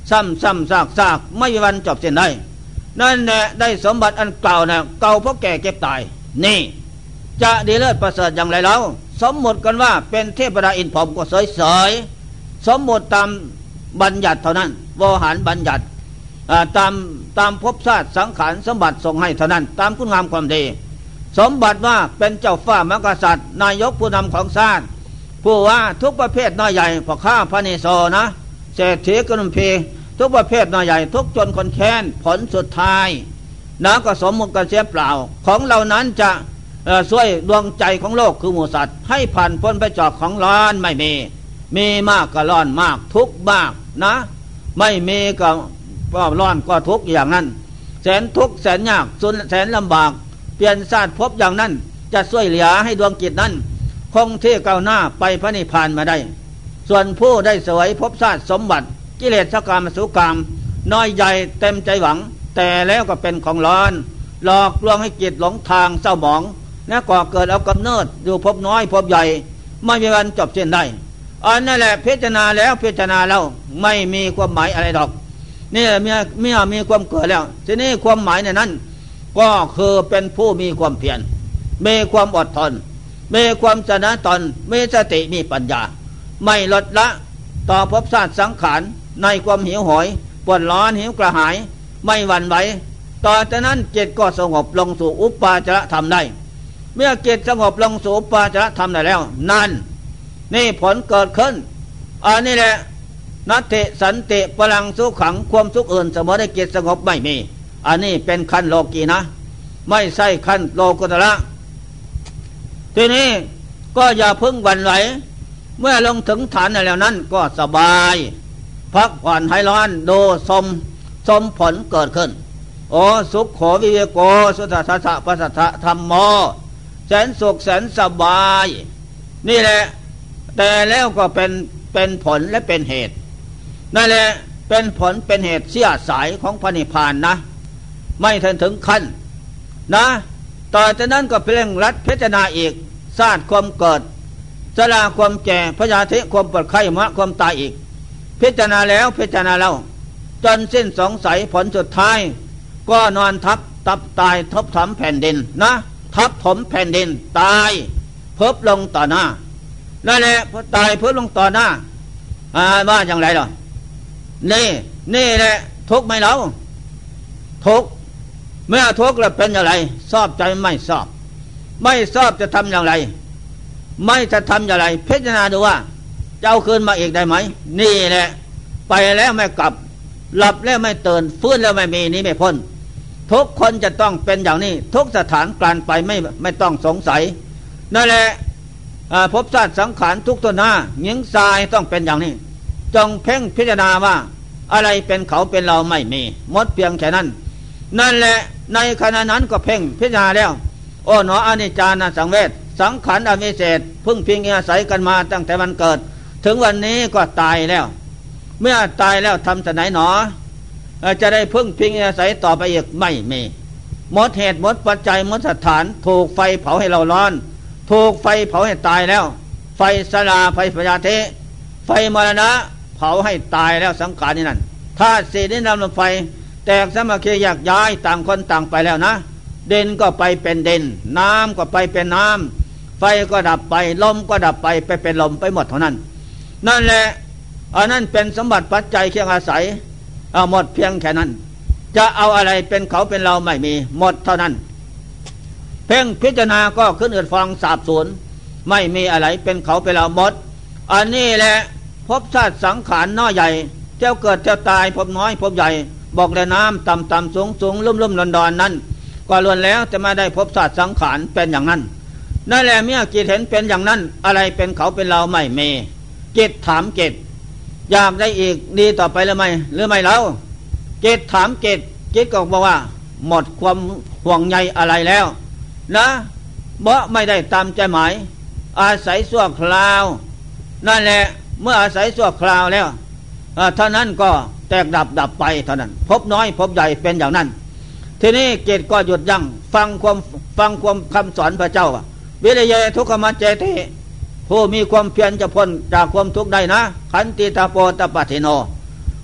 ซ้ำซากไม่มีวันจบสิ้นได้นั่นแหละได้สมบัติอันเก่านะเก่าเพราะแก่เก็บตายนี่จะดีเลิศประเสริฐอย่างไรแล้วสมมติกันว่าเป็นเทพดาอินทร์ผมก็เสยสมมติตามบัญญัติเท่านั้นวหารบัญญัติตามภพชาติสังขารสมบัติส่งให้เท่านั้นตามคุณงามความดีสมบัติว่าเป็นเจ้าฟ้ามหากษัตริย์นายกผู้นำของชาติผู้ว่าทุกประเภทน้อยใหญ่พ่อข้าพระเนโซนะเศรษฐีกนุมพีทุกประเภทน้อยใหญ่ทุกจนคนแค้นผลสุดท้ายนะก็สมมุติกันเสียเปล่าของเหล่านั้นจะช่วยดวงใจของโลกคือหมู่สัตว์ให้ผ่านพ้นไปจากของร้อนไม่มีมากก็ร้อนมากทุกมากนะไม่มีก็ร้อนก็ทุกอย่างนั้นแสนทุกแสนยากแสนลำบากเปลี่ยนชาติภพอย่างนั้นจะช่วยเหลือให้ดวงจิตนั้นคงที่ก้าวหน้าไปพระนิพพานมาได้ส่วนผู้ได้เสวยภพชาติสมบัติกิเลสกามสุกามน้อยใหญ่เต็มใจหวังแต่แล้วก็เป็นของร้อนหลอกลวงให้จิตหลงทางเศร้าหมองและก่อเกิดเอากำเนิดอยู่ภพน้อยภพใหญ่ไม่มีวันจบสิ้นได้อันนั่นแหละพิจารณาแล้วพิจารณาแล้วไม่มีความหมายอะไรดอกนี่เมื่อมีความเกิดแล้วทีนี้ความหมายในนั้นก็คือเป็นผู้มีความเพียรมีความอดทนมีความชนะตนมีสติมีปัญญาไม่ลดละต่อภพชาติสังขารในความหิวโหยปวดร้อนหิวกระหายไม่หวั่นไหวต่อจากนั้นจิตก็สงบลงสู่อุปาจารธรรมได้เมื่อจิตสงบลงสู่อุปาจารธรรมได้แล้วนั่นนี่ผลเกิดขึ้นอันนี้แหละนัตติสันติพลังสุขขังความสุขอื่นเสมอได้จิตสงบไม่มีอันนี้เป็นขั้นโลกีนะไม่ใช่ขั้นโลกุตระทีนี้ก็อย่าพึ่งหวั่นไหวเมื่อลงถึงฐานแล้วนั้นก็สบายพักผ่อนให้ร้อนดูสมผลเกิดขึ้นโอ้สุขโขวิเวโกสุทัสสะปัสสัทธธรรมโมแสนสุขแสนสบายนี่แหละแต่แล้วก็เป็นผลและเป็นเหตุนั่นแหละเป็นผลเป็นเหตุเสียสายของพระนิพพานนะไม่ถึงขั้นนะต่อจากนั้นก็เพ่งรัดพิจารณาอีกชาติความเกิดชราความแก่พยาธิความปวดไข้มะความตายอีกพิจารณาแล้วพิจารณาแล้วจนสิ้นสงสัยผลสุดท้ายก็นอนทับตายทบถมแผ่นดินนะทับถมแผ่นดินตายเพิบลงต่อหน้านั่นแหละพอตายเพิบลงต่อหน้าว่าอย่างไรล่ะนี่แหละทุกข์ไหมเราทุกข์เมื่อทุกข์แล้วเป็นอย่างไรชอบใจไม่ชอบจะทำอย่างไรไม่จะทำอย่างไรพิจารณาดูว่าจะเอาคืนมาอีกได้ไหมนี่แหละไปแล้วไม่กลับหลับแล้วไม่ตื่นฟื้นแล้วไม่มีนี้ไม่พ้นทุกคนจะต้องเป็นอย่างนี้ทุกสถานการไปไม่ต้องสงสัยนั่นแหละภพชาติสังขารทุกตัวหน้าหญิงชายต้องเป็นอย่างนี้จงเพ่งพิจารณาว่าอะไรเป็นเขาเป็นเราไม่มีหมดเพียงแค่นั้นนั่นแหละในขณะนั้นก็เพ่งพิจารณาแล้วโอ้หนออนิจจานะสังเวชสังขารอวิเศษพึ่งพิงอาศัยกันมาตั้งแต่วันเกิดถึงวันนี้ก็ตายแล้วเมื่อตายแล้วทำจะไหนหนอจะได้พึ่งพิงอาศัยต่อไปอีกไม่มีหมดเหตุหมดปัจจัยหมดสถานถูกไฟเผาให้เราร้อนถูกไฟเผาให้ตายแล้วไฟสลาไฟพยาธิไฟมรณะเผาให้ตายแล้วสังขารนี่นั่นธาตุสี่นี้นำลมไฟแตกสามัคคีแยกย้ายต่างคนต่างไปแล้วนะดินก็ไปเป็นดินน้ำก็ไปเป็นน้ำไฟก็ดับไปลมก็ดับไปเป็นลมไปหมดเท่านั้นนั่นแหละอันนั้นเป็นสมบัติปัจจัยเครื่องอาศัยหมดเพียงแค่นั้นจะเอาอะไรเป็นเขาเป็นเราไม่มีหมดเท่านั้นเพ่งพิจารณาก็ขึ้นอืดฟองสาบสูญไม่มีอะไรเป็นเขาเป็นเราหมดอันนี้แหละภพชาติสังขารน้อยใหญ่เจ้าเกิดเจ้าตายภพน้อยภพใหญ่บอกเลยน้ำต่ำสูงลุ่มดอนนั้นก็ล้วนแล้วจะมาได้ภพชาติสังขารเป็นอย่างนั้นนั่นแหละเมื่อจิตเห็นเป็นอย่างนั้นอะไรเป็นเขาเป็นเราไม่มีจิตถามจิตอยากได้อีกดีต่อไปหรือไม่เล่าจิตถามจิตก็บอกว่าหมดความห่วงใยอะไรแล้วนะเพราะไม่ได้ตามใจหมายอาศัยชั่วคราวนั่นแหละเมื่ออาศัยชั่วคราวแล้วเท่านั้นก็แตกดับไปเท่านั้นพบน้อยพบใหญ่เป็นอย่างนั้นทีนี้จิตก็หยุดยั้งฟังความคำสอนพระเจ้าวิริยะทุกขมัจเจติผู้มีความเพียรจะพ้นจากความทุกข์ได้นะขันติตาโปตปะทิโน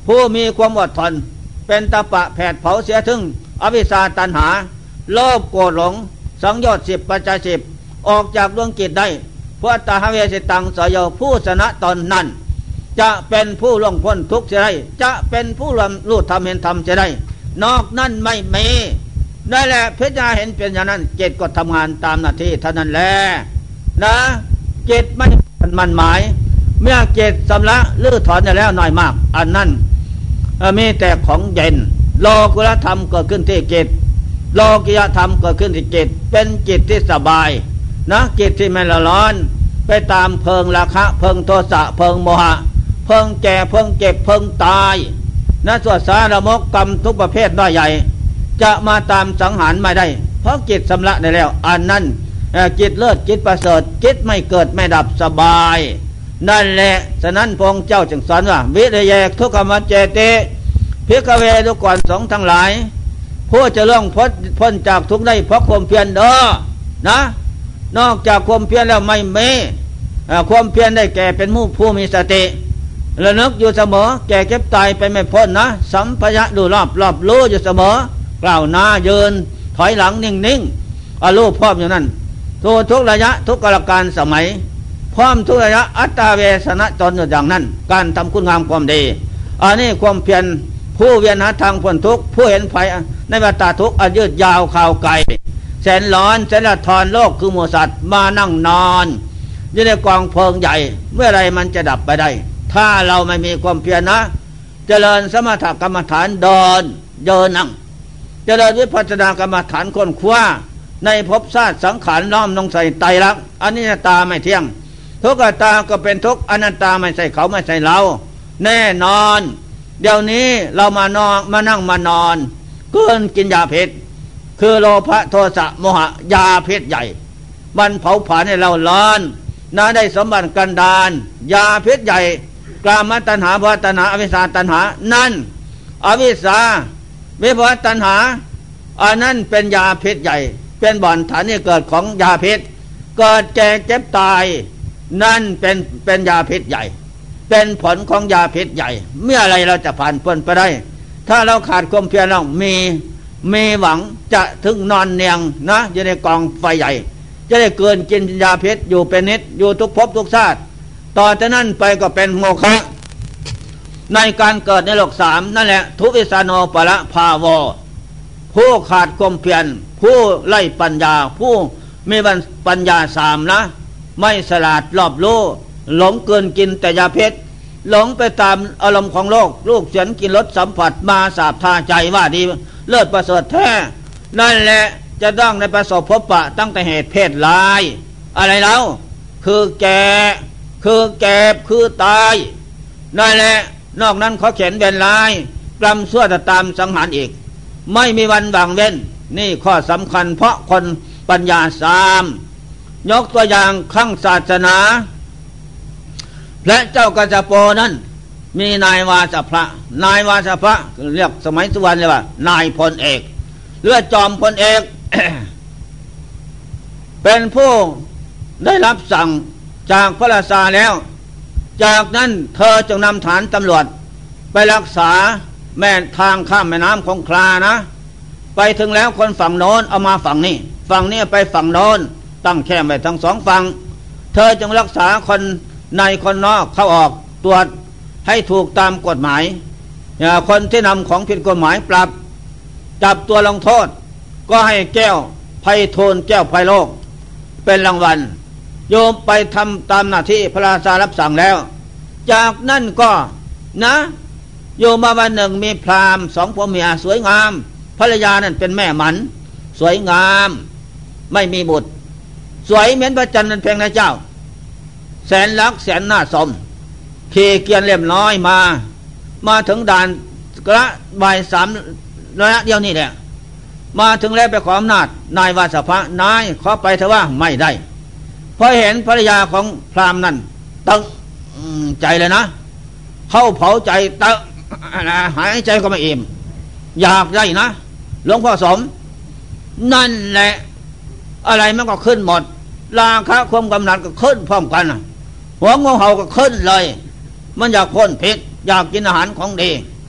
ผู้มีความอดทนเป็นตปะแผดเผาเสียถึงอวิชชาตัณหาโลภโกรธหลงสังโยชน์10ปัจจัย10ออกจากดวงจิตได้พุทธาเวสิตังสยโยผู้ชนะตนนั้นจะเป็นผู้ล่วงพ้นทุกข์เสียได้จะเป็นผู้รู้ธรรมเห็นธรรมเสียได้นอกนั้นไม่มีได้แหละพิจารณาเห็นเป็นอย่างนั้นจิตก็ทำงานตามหน้าที่เท่านั้นแหละนะจิตไม่มันหมายเมื่อจิตสำละลื้อถอนได้แล้วน้อยมากอันนั้นมีแต่ของเย็นโลกุตธรรมเกิดขึ้นที่จิตโลกิยธรรมเกิดขึ้นที่จิตเป็นจิตที่สบายนะจิตที่ไม่ละร้อนไปตามเพลิงราคะเพลิงโทสะเพลิงโมหะเพลิงแก่เพลิงเจ็บเพลิงตายนะส่วนสารมกกรรมทุกประเภทน้อยใหญ่จะมาตามสังหารไม่ได้เพราะจิตสำละได้แล้วอันนั้นจิตเลิศจิตประเสริฐจิตไม่เกิดไม่ดับสบายนั่นแหละฉะนั้นพระองค์เจ้าจึงสอนว่าวิริยะทุกขมัจเจติภิกขเวทุกก่อนสงฆ์ทั้งหลายผู้จะล่วงพ้นจากทุกข์ได้เพราะความเพียรเด้อนะนอกจากความเพียรแล้วไม่มีความเพียรได้แก่เป็นผู้มีสติระลึกอยู่เสมอแก่เก็บตายไปไม่พ้นนะสัมปยะดูรอบรู้อยู่เสมอกล่าวหน้ายืนถอยหลังนิ่งรู้พร้อมอย่างนั้นทุกระยะทุกกาลการสมัยพร้อมทุกระยะอัตตาเวสนะตนอยู่อย่างนั้นการทำคุณงามความดีอันนี้ความเพียรผู้เวียนหาทางพ้นทุกข์ผู้เห็นภัยในวัฏฏะทุกข์อันยืดยาวข่าวไกลแสนร้อนแสนละทอนโลกคือหมู่สัตว์มานั่งนอนอยู่ในกองเพลิงใหญ่เมื่อไรมันจะดับไปได้ถ้าเราไม่มีความเพียรนะเจริญสมถกรรมฐานเดินเดินนั่งเจริญวิปัสสนากรรมฐานค้นคว้าในภพชาติสังขารน้อมลงใส่ไตรลักษณ์อนิจจตาไม่เที่ยงทุกขตาก็เป็นทุกข์อนัตตาไม่ใช่เขาไม่ใช่เราแน่นอนเดี๋ยวนี้เรามานั่งมานอนเกินกินยาพิษคือโลภะโทสะโมหะยาพิษใหญ่มันเผาผลาญให้เราร้อนน่าได้สมบัติกันดานยาพิษใหญ่กามตัณหาภวตัณหาอวิชชาตัณหานั่นอวิชชาวิภวตัณหาอันนั้นเป็นยาพิษใหญ่เป็นบ่อนฐานที่เกิดของยาพิษเกิดแก่เจ็บตายนั่นเป็นยาพิษใหญ่เป็นผลของยาพิษใหญ่เมื่อไรเราจะผ่านพ้นไปได้ถ้าเราขาดความเพียรเรามีหวังจะถึงนอนเนียงนะอยู่ในกองไฟใหญ่จะได้เกินกินยาพิษอยู่เป็นนิดอยู่ทุกภพทุกชาติต่อจากนั้นไปก็เป็นโมฆะในการเกิดในโลกสามนั่นแหละทุวิสาโนปะละภาวะผู้ขาดความเพียรผู้ไร้ปัญญาผู้มีปัญญาสามนะไม่ฉลาดรอบรู้หลงเกินกินแต่ยาพิษหลงไปตามอารมณ์ของโลกลูกเสียนกินรสสัมผัสมาสาบทาใจว่าดีเลิศประเสริฐแท้นั่นแหละจะต้องในประสบพบปะตั้งแต่เหตุเพศลายอะไรแล้วคือแก่คือแก่คือตายนั่นแหละนอกนั้นเขาเขียนเป็นลายกรรมชั่วจะตามสังหารอีกไม่มีวันบางเว้นนี่ข้อสำคัญเพราะคนปัญญาสามยกตัวอย่างครั้งศาสนาพระเจ้ากัจจโปนั้นมีนายวาสพระเรียกสมัยสุวรรณเลยว่านายพลเอกเลือดจอมพลเอก เป็นผู้ได้รับสั่งจากพระราชาแล้วจากนั้นเธอจงนำฐานตำรวจไปรักษาแม่ทางข้ามแม่น้ำคงคลานะไปถึงแล้วคนฝั่งโน้นเอามาฝั่งนี้ไปฝั่งโน้นตั้งแคมป์ไว้ทั้งสองฝั่งเธอจงรักษาคนในคนนอกเข้าออกตรวจให้ถูกตามกฎหมายคนที่นำของผิดกฎหมายปรับจับตัวลงโทษก็ให้แก้วไพฑูรย์แก้วไพโลกเป็นรางวัลโยมไปทำตามหน้าที่พระราชารับสั่งแล้วจากนั้นก็นะโยมมาวันหนึ่งมีพราหมณ์สองผัวเมียสวยงามภรรยานั่นเป็นแม่หมันสวยงามไม่มีบุตรสวยเหมือนพระจันทร์นั้นเพียงนะเจ้าแสนรักแสนน่าสมขี่เกียนเล่มน้อยมาถึงด่านกระบ่ายสามระยะเดียวนี่แหละมาถึงแล้วไปขออำนาจนายวาสภะนายขอไปเถอะว่าไม่ได้พอเห็นภรรยาของพราหมณ์นั้นตึงใจเลยนะเข้าเผาใจตึงหายใจก็ไม่อิ่มอยากได้นะหลวงพ่อสมนั่นแหละอะไรมันก็ขึ้นหมดราคะความกำหนัดก็ขึ้นพร้อมกันหัวงูเห่าก็ขึ้นเลยมันอยากพ้นพิษอยากกินอาหารของดี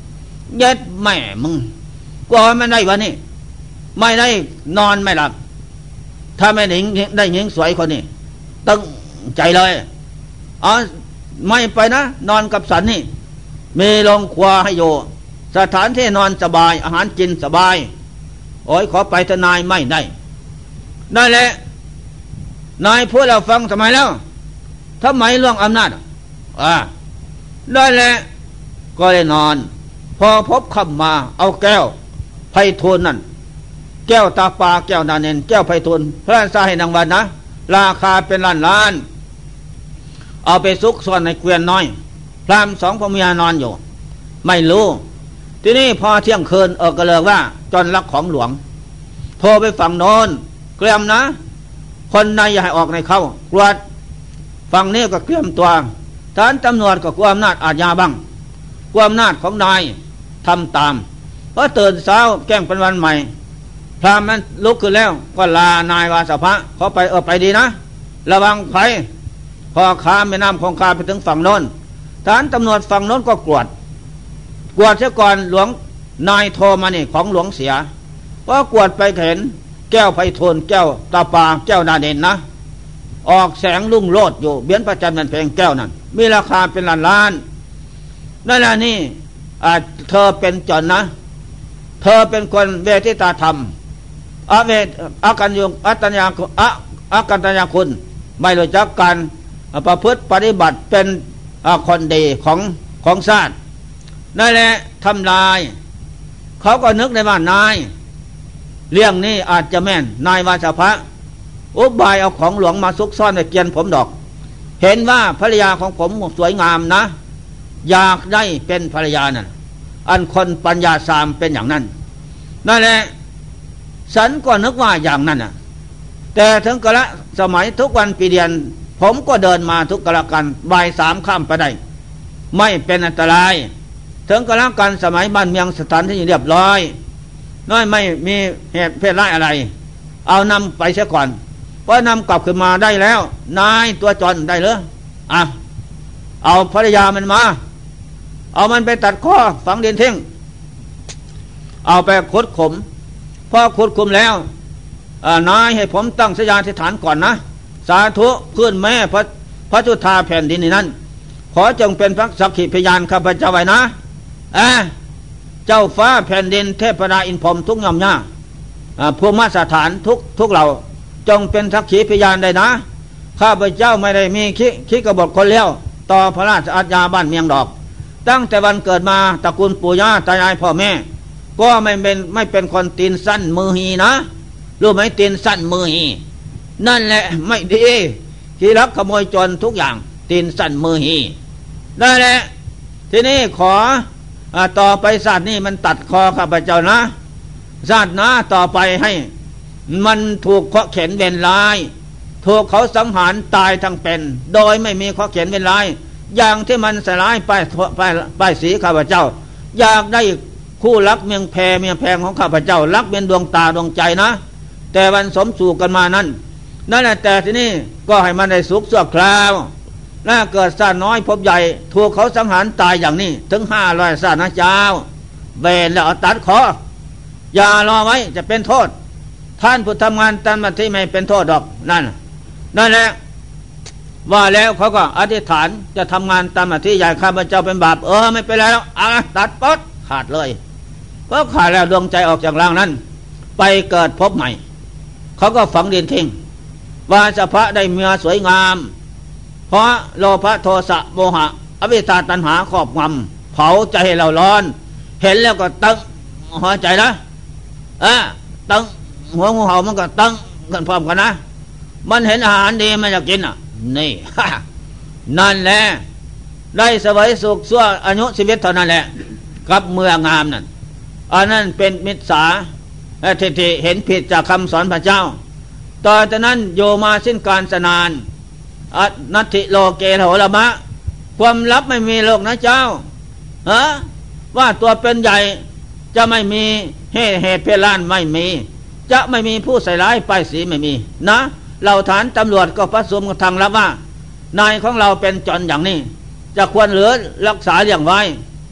เย็ดแม่มึงกลัวไม่ได้วะนี่ไม่ได้นอนไม่หลับถ้าไม่ได้หญิงสวยคนนี้ตั้งใจเลยอ๋อไม่ไปนะนอนกับสันนี่มีโรงครัวให้อยู่สถานที่นอนสบายอาหารกินสบายโอ้ยขอไปทนายไม่ได้นั่นแหละนายพูดเราฟังทำไมแล้วทำไมล่วงอำนาจได้แหละก็เลยนอนพอพบคำมาเอาแก้วไพฑูรย์นั่นแก้วตาปาแก้วนาเนนแก้วไพฑูรย์พระราชาให้นางวันนะราคาเป็นล้านเอาไปซุกซ่อนในเกวียนน้อยพราหมณ์สองพ่อเมียนอนอยู่ไม่รู้ทีนี้พอเที่ยงคืนก็เลยว่าจนรักของหลวงโทรไปฝั่งโน้นเกรียมนะคนในอย่าให้ออกในเข้ากลัวฝั่งนี้ก็เกรียมตัวฐานตำรวจก็กลัวอำนาจอาญาบ้างกลัวอำนาจของนายทำตามเพราะตื่นเช้าแกล้งเป็นวันใหม่พราหมณ์นั้นลุกขึ้นแล้วก็ลานายวาสภะเขาไปไปดีนะระวังภัยพอข้ามแม่น้ำคงคาไปถึงฝั่งโน้นฐานตำรวจฝั่งโน้นก็กวดเสียก่อนหลวงนายโทรมานี่ของหลวงเสียเพราะกวดไปเห็นแก้วไพฑูรย์แก้วตาปาแก้วนาเด่นนะออกแสงลุ่งโลดอยู่เบี้ยนประจันมันเพลงแก้วนั้นมีราคาเป็นล้านนั่นแหละนี่เธอเป็นจนนะเธอเป็นคนเวทิตาธรรมอากันยงอากัญญาคุณไม่รู้จักการประพฤติปฏิบัติเป็นคนดีของชาตินั่นแหละทำลายเขาก็นึกในว่านายเรื่องนี้อาจจะแม่นนายวาสภะอุบายเอาของหลวงมาซุกซ่อนในเกียนผมดอกเห็นว่าภรรยาของผมสวยงามนะอยากได้เป็นภรรยานั่นอันคนปัญญาสามเป็นอย่างนั้นนั่นแหละฉันก็นึกว่าอย่างนั้นน่ะแต่ถึงกระสมัยทุกวันปีเดือนผมก็เดินมาทุกกระกันบ่าย3ข้ามไปได้ไม่เป็นอันตรายถึงกระกันสมัยบ้านเมืองสถานที่เรียบร้อยน้อยไม่มีเหตุเพศร้ายอะไรเอานำไปเสียก่อนเพราะนำกลับขึ้นมาได้แล้วนายตัวจรได้เลยเอาภรรยามันมาเอามันไปตัดข้อฝังดินทิ้งเอาไปขุดขุมพอขุดขุมแล้วนายให้ผมตั้งสัญญาธิษฐานก่อนนะสาธุพื้นแม่พระจุฑาแผ่นดินนั้นขอจงเป็นพระสักขีพยานข้าพเจ้าไว้นะเจ้าฟ้าแผ่นดินเทพดาอินพรหมทุกย่อมย่าภูมิสถานทุกเหล่าจงเป็นสักขีพยานได้นะข้าพเจ้าไม่ได้มีคิดกบฏคนเลี้ยวต่อพระราชอาญาบ้านเมียงดอกตั้งแต่วันเกิดมาตระกูลปู่ย่าตายายพ่อแม่ก็ไม่เป็นคนตีนสั้นมือหีนะรู้ไหมตีนสั้นมือหีนั่นแหละไม่ดีที่รักขโมยจรทุกอย่างตีนสั้นมือหีนั่นแหละทีนี้ขอต่อไปศาสตร์นี่มันตัดคอข้าพเจ้านะศาสตร์นะต่อไปให้มันถูกเคาะเข็นเวรลายถูกเขาสังหารตายทั้งเป็นโดยไม่มีเคาะเข็นเวรลายอย่างที่มันสลายไปสีข้าพเจ้าอยากได้คู่รักเมียงแพงของข้าพเจ้ารักเป็นดวงตาดวงใจนะแต่วันสมสู่กันมานั่นแหละแต่ที่นี่ก็ให้มันได้สุขชั่วคราวน่าเกิดชาติน้อยพบใหญ่ถูกเขาสังหารตายอย่างนี้ถึง500ชาตินะเจ้าเวรแล้วตัดคออย่ารอไว้จะเป็นโทษท่านผู้ทำงานตามหน้าที่ไม่เป็นโทษดอกนั่นแหละว่าแล้วเขาก็อธิษฐานจะทำงานตามหน้าที่ใหญ่ข้าพเจ้าเป็นบาปไม่เป็นไรแล้วตัดป๊อดขาดเลยเพราะขาดแล้วดวงใจออกจากร่างนั้นไปเกิดพบใหม่เขาก็ฝังดินทิ้งวาสภะได้เมียสวยงามเพราะโลภะโทสะโมหะอวิชชาตัณหาครอบงำเผาใจให้เราร้อนเห็นแล้วก็ตึงหัวใจนะตึงหัวงูเห่ามันก็ตึงกันพร้อมกันนะมันเห็นอาหารดีมันจะกินนี่ นั่นแหละได้เสวยสุขชั่วอายุชีวิตเท่านั้นแหละกับเมื่องามนั่นอันนั้นเป็นมิจฉาทิเห็นผิดจากคำสอนพระเจ้าต่อจากนั้นโยมาสิ้นการสนานนัตถิโลเกโหระมะความลับไม่มีโลกนะเจ้าว่าตัวเป็นใหญ่จะไม่มีเหตุเพลานไม่มีจะไม่มีผู้ใส่ร้ายป้ายสีไม่มีนะเราฐานตำรวจก็ประสมกับทางรับว่านายของเราเป็นจนอย่างนี้จะควรเหลือรักษาอย่างไว้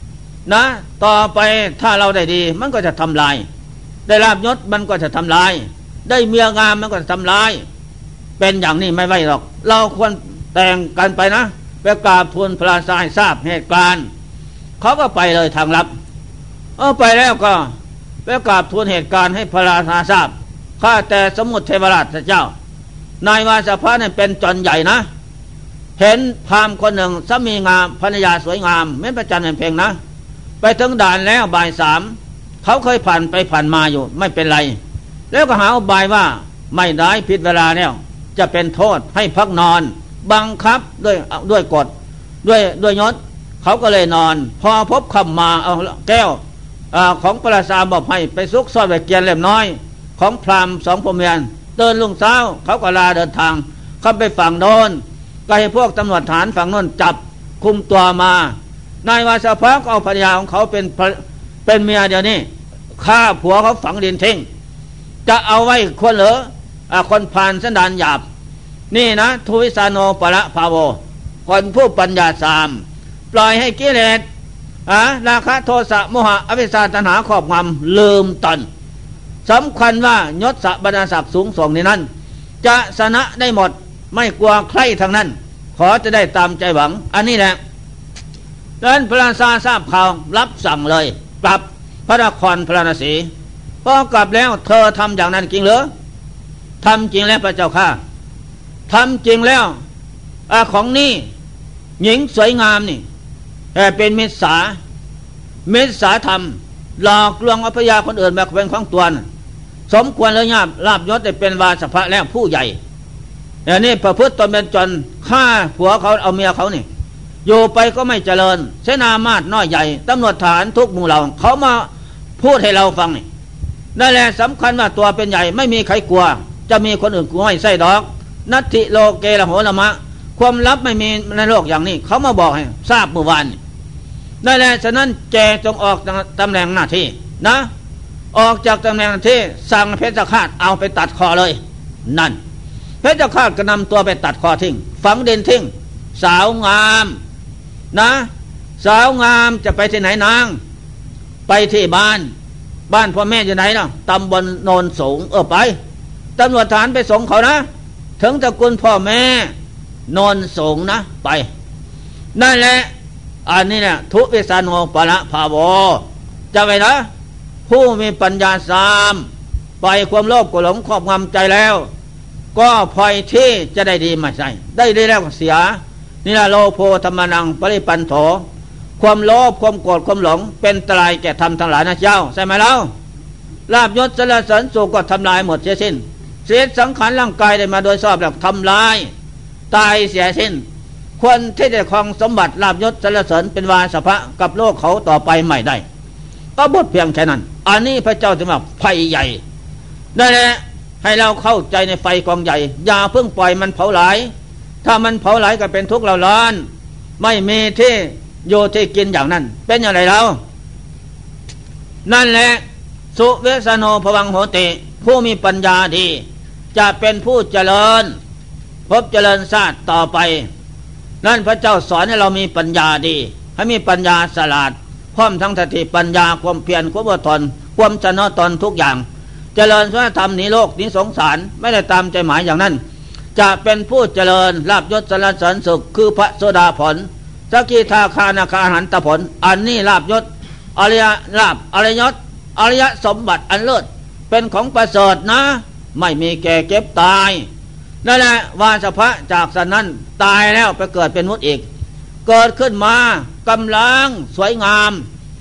นะต่อไปถ้าเราได้ดีมันก็จะทำลายได้ลาภยศมันก็จะทำลายได้เมียงามมันก็จะทำลายเป็นอย่างนี้ไม่ไหวหรอกเราควรแต่งกันไปนะไปกราบทูลพระราชาให้ทราบเหตุการณ์เขาก็ไปเลยทางลับไปแล้วก็ไปกราบทูลเหตุการณ์ให้พระราชาทราบข้าแต่สมุทรเทวราชเจ้านายวาสภะเนี่ยเป็นจนใหญ่นะเห็นพราหมณ์คนหนึ่งสามีงามภรรยาสวยงามแม้ประจันเป็นเพลงนะไปถึงด่านแล้วบ่ายสามเขาเคยผ่านไปผ่านมาอยู่ไม่เป็นไรแล้วก็หาอุบายว่าไม่ได้ผิดเวลาแล้วจะเป็นโทษให้พักนอนบังคับด้วยกฎด้วยยศเขาก็เลยนอนพอพบคำมาเอาแก้วของพระราชาบอกให้ไปซุกซ่อนไว้เกียนเล่มน้อยของพราหมณ์สองพ่อเมียเดินลุงเช้าเขาก็ลาเดินทางเข้าไปฝั่งโน้นก็ให้พวกตำรวจฐานฝั่งโน้นจับคุมตัวมานายวาสภะก็เอาภรรยาของเขาเป็นเมียเดี๋ยวนี้ฆ่าผัวเขาฝังดินทิ้งจะเอาไว้คนเหรอคนผ่านสันดานหยาบนี่นะทุวิสาโนปะละภาโวคนผู้ปัญญาสามปล่อยให้กิเลสราคะโทสะโมหะอวิชชาตัณหาครอบงำลืมตนสำคัญว่ายศบรรดาศักดิ์สูงส่งในนั้นจะชนะได้หมดไม่กลัวใครทั้งนั้นขอจะได้ตามใจหวังอันนี้แหละดังนั้นพระราชาทราบข่าวรับสั่งเลยกลับพระนครพระนศีพอกลับแล้วเธอทำอย่างนั้นจริงหรือทำจริงแล้วพระเจ้าค่ะทำจริงแล้วของนี่หญิงสวยงามนี่เป็นมิจฉาธรรมหลอกลวงอัพยาคนอื่นแบบเป็นของตัวสมควรแล้วลาบยศได้เป็นวาสภะแล้วผู้ใหญ่อย่างนี้ประพฤติตนเป็นจนฆ่าผัวเขาเอาเมียเขานี่อยู่ไปก็ไม่เจริญเสนามาตน้อยใหญ่ตำรวจฐานทุกหมู่เหล่าเขามาพูดให้เราฟังนี่นั่นแหละสำคัญว่าตัวเป็นใหญ่ไม่มีใครกลัวจะมีคนอื่นกลัวไม่ใช่ดอกนัตถิโลเกละโหละมะความลับไม่มีในโลกอย่างนี้เขามาบอกให้ทราบเมื่อวานนั่นแหละฉะนั้นแกจงออกตำแหน่งหน้าที่นะออกจากตำแหน่งหน้าที่สั่งเพชฌฆาตเอาไปตัดคอเลยนั่นเพชฌฆาตก็นำตัวไปตัดคอทิ้งฝังดินทิ้งสาวงามนะสาวงามจะไปที่ไหนนางไปที่บ้านพ่อแม่อยู่ไหนนะตำบลโนนสูงไปตำรวจฐานไปส่งเขานะถึงตระกูลพ่อแม่โนนสูงนะไปนั่นแหละอันนี้เนี่ยทุวิสาโนปะละภาโวจะไปนะผู้มีปัญญาสามปล่อยความโลภโกรธหลงครอบงำใจแล้วก็พลอยที่จะได้ดีไม่ใช่ได้ดีแล้วก็เสียนี่แหละโลโภธรรมนังปริปันโถความโลภความโกรธความหลงเป็นตรายแก่ธรรมทั้งหลายนะเจ้าใช่ไหมเล่าลาภยศสรรเสริญสุขก็ทำลายหมดเสียสิ้นเสียสังขารร่างกายได้มาโดยชอบแล้วทำลายตายเสียสิ้นคนที่จะครองสมบัติลาภยศสรรเสริญเป็นวาสภะกับโลกเขาต่อไปไม่ได้ก็บทเพียงแค่นั้นอันนี้พระเจ้าจะมาไฟใหญ่ได้แหละให้เราเข้าใจในไฟกองใหญ่อย่าเพิ่งปล่อยมันเผาหลายถ้ามันเผาหลายก็เป็นทุกข์เราร้อนไม่มีที่โยที่กินอย่างนั้นเป็นอย่างไรแล้วนั่นแหละสุเวสโนภวังโหติผู้มีปัญญาดีจะเป็นผู้เจริญพบเจริญชาติต่อไปนั่นพระเจ้าสอนให้เรามีปัญญาดีให้มีปัญญาฉลาดพร้อมทั้งสติปัญญาความเพียรความอดทนความชนะตนทุกอย่างเจริญศีลธรรมหนีโลกหนีสงสารไม่ได้ตามใจหมายอย่างนั้นจะเป็นผู้เจริญลาภยศสรรเสริญสุขคือพระโสดาผลสกิทาคานาคาหันตผลอันนี้ลาภยศอริยลาภอริยยศอริยสมบัติอันเลิศเป็นของประเสริฐนะไม่มีแก่เก็บตายนั่นแหละวาสภะจากสันนั้นตายแล้วไปเกิดเป็นมนุษย์อีกเกิดขึ้นมากำลังสวยงาม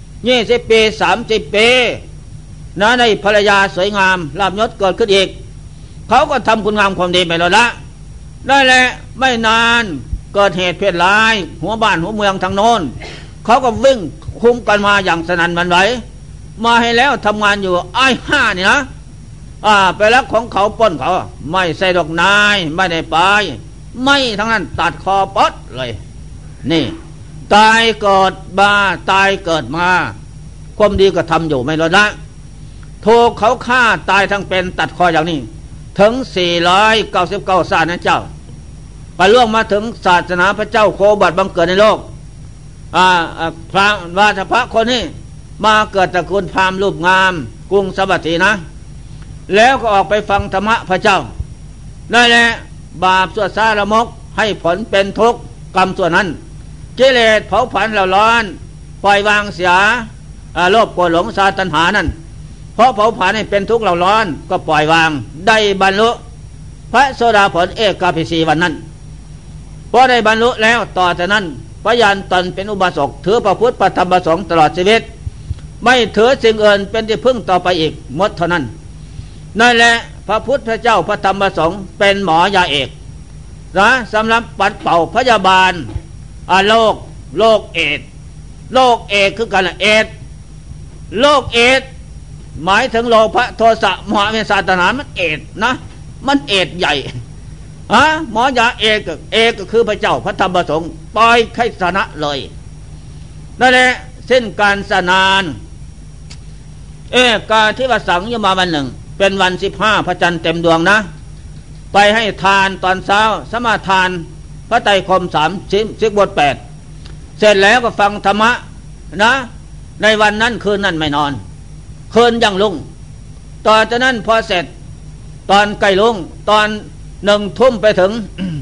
20 ปี30 ปีนะในภรรยาสวยงามลาภยศเกิดขึ้นอีกเขาก็ทำคุณงามความดีไปแล้วละได้แหละไม่นานเกิดเหตุเพศร้ายหัวบ้านหัวเมืองทางโน้นเขาก็วิ่งคุ้มกันมาอย่างสนั่นหวั่นไหวมาให้แล้วทำงานอยู่5นี่นะไปรักของเขาป้นเขาไม่ใส่ดอกนายไม่ได้ไปไม่ทั้งนั้นตัดคอป๊อดเลยนี่ตายเกิดมาตายเกิดมาความดีก็ทำอยู่ไม่ลดละถูกเขาฆ่าตายทั้งเป็นตัดคออย่างนี้ถึง499ศาสตร์นะเจ้าไปล่วงมาถึงศาสนาพระเจ้าโคบัดบังเกิดในโลกพราหมณ์วาทพะคนนี้มาเกิดตระกูลพราหมณ์รูปงามกรุงสวัสดีนะแล้วก็ออกไปฟังธรรมะพระเจ้านั่นแหละบาปชั่วซาละมกให้ผลเป็นทุกข์กรรมส่วนนั้นกิเลสเผาผลาญเราร้อนปล่อยวางเสียโลภโกรธหลงราตัณหานั่นเพราะเผาผลาญให้เป็นทุกข์เราร้อนก็ปล่อยวางได้บรรลุพระโสดาผลเอกาภิสีวันนั้นพอได้บรรลุแล้วต่อจากนั้นพยานตนเป็นอุบาสกถือพระพุทธพระธรรมพระสงฆ์ตลอดชีวิตไม่ถือสิ่งอื่นเป็นที่พึ่งต่อไปอีกหมดเท่านั้นนั่นแหละพระพุทธเจ้าพระธรรมพระสงฆ์เป็นหมอยาเอกนะสำหรับปัดเป่าพยาบาลโรคเอดคือกันเอดโรคเอดหมายถึงโลภะโทสะโมหะเมสาตัณหามันเอดนะมันเอดใหญ่หมอยาเอกก็คือพระเจ้าพระธรรมพระสงฆ์ปล่อยไข้สนะเลยนั่นแหละเส้นการสนานการที่ว่าสังยมาวันหนึ่งเป็นวัน15พระจันทร์เต็มดวงนะไปให้ทานตอนเช้าสมาทานพระไตรคม30 บท 8เสร็จแล้วก็ฟังธรรมะนะในวันนั้นคืนนั้นไม่นอนคืนยังลุ่งต่อจากนั้นพอเสร็จตอนใกล้ลุ่งตอน1 ทุ่มไปถึง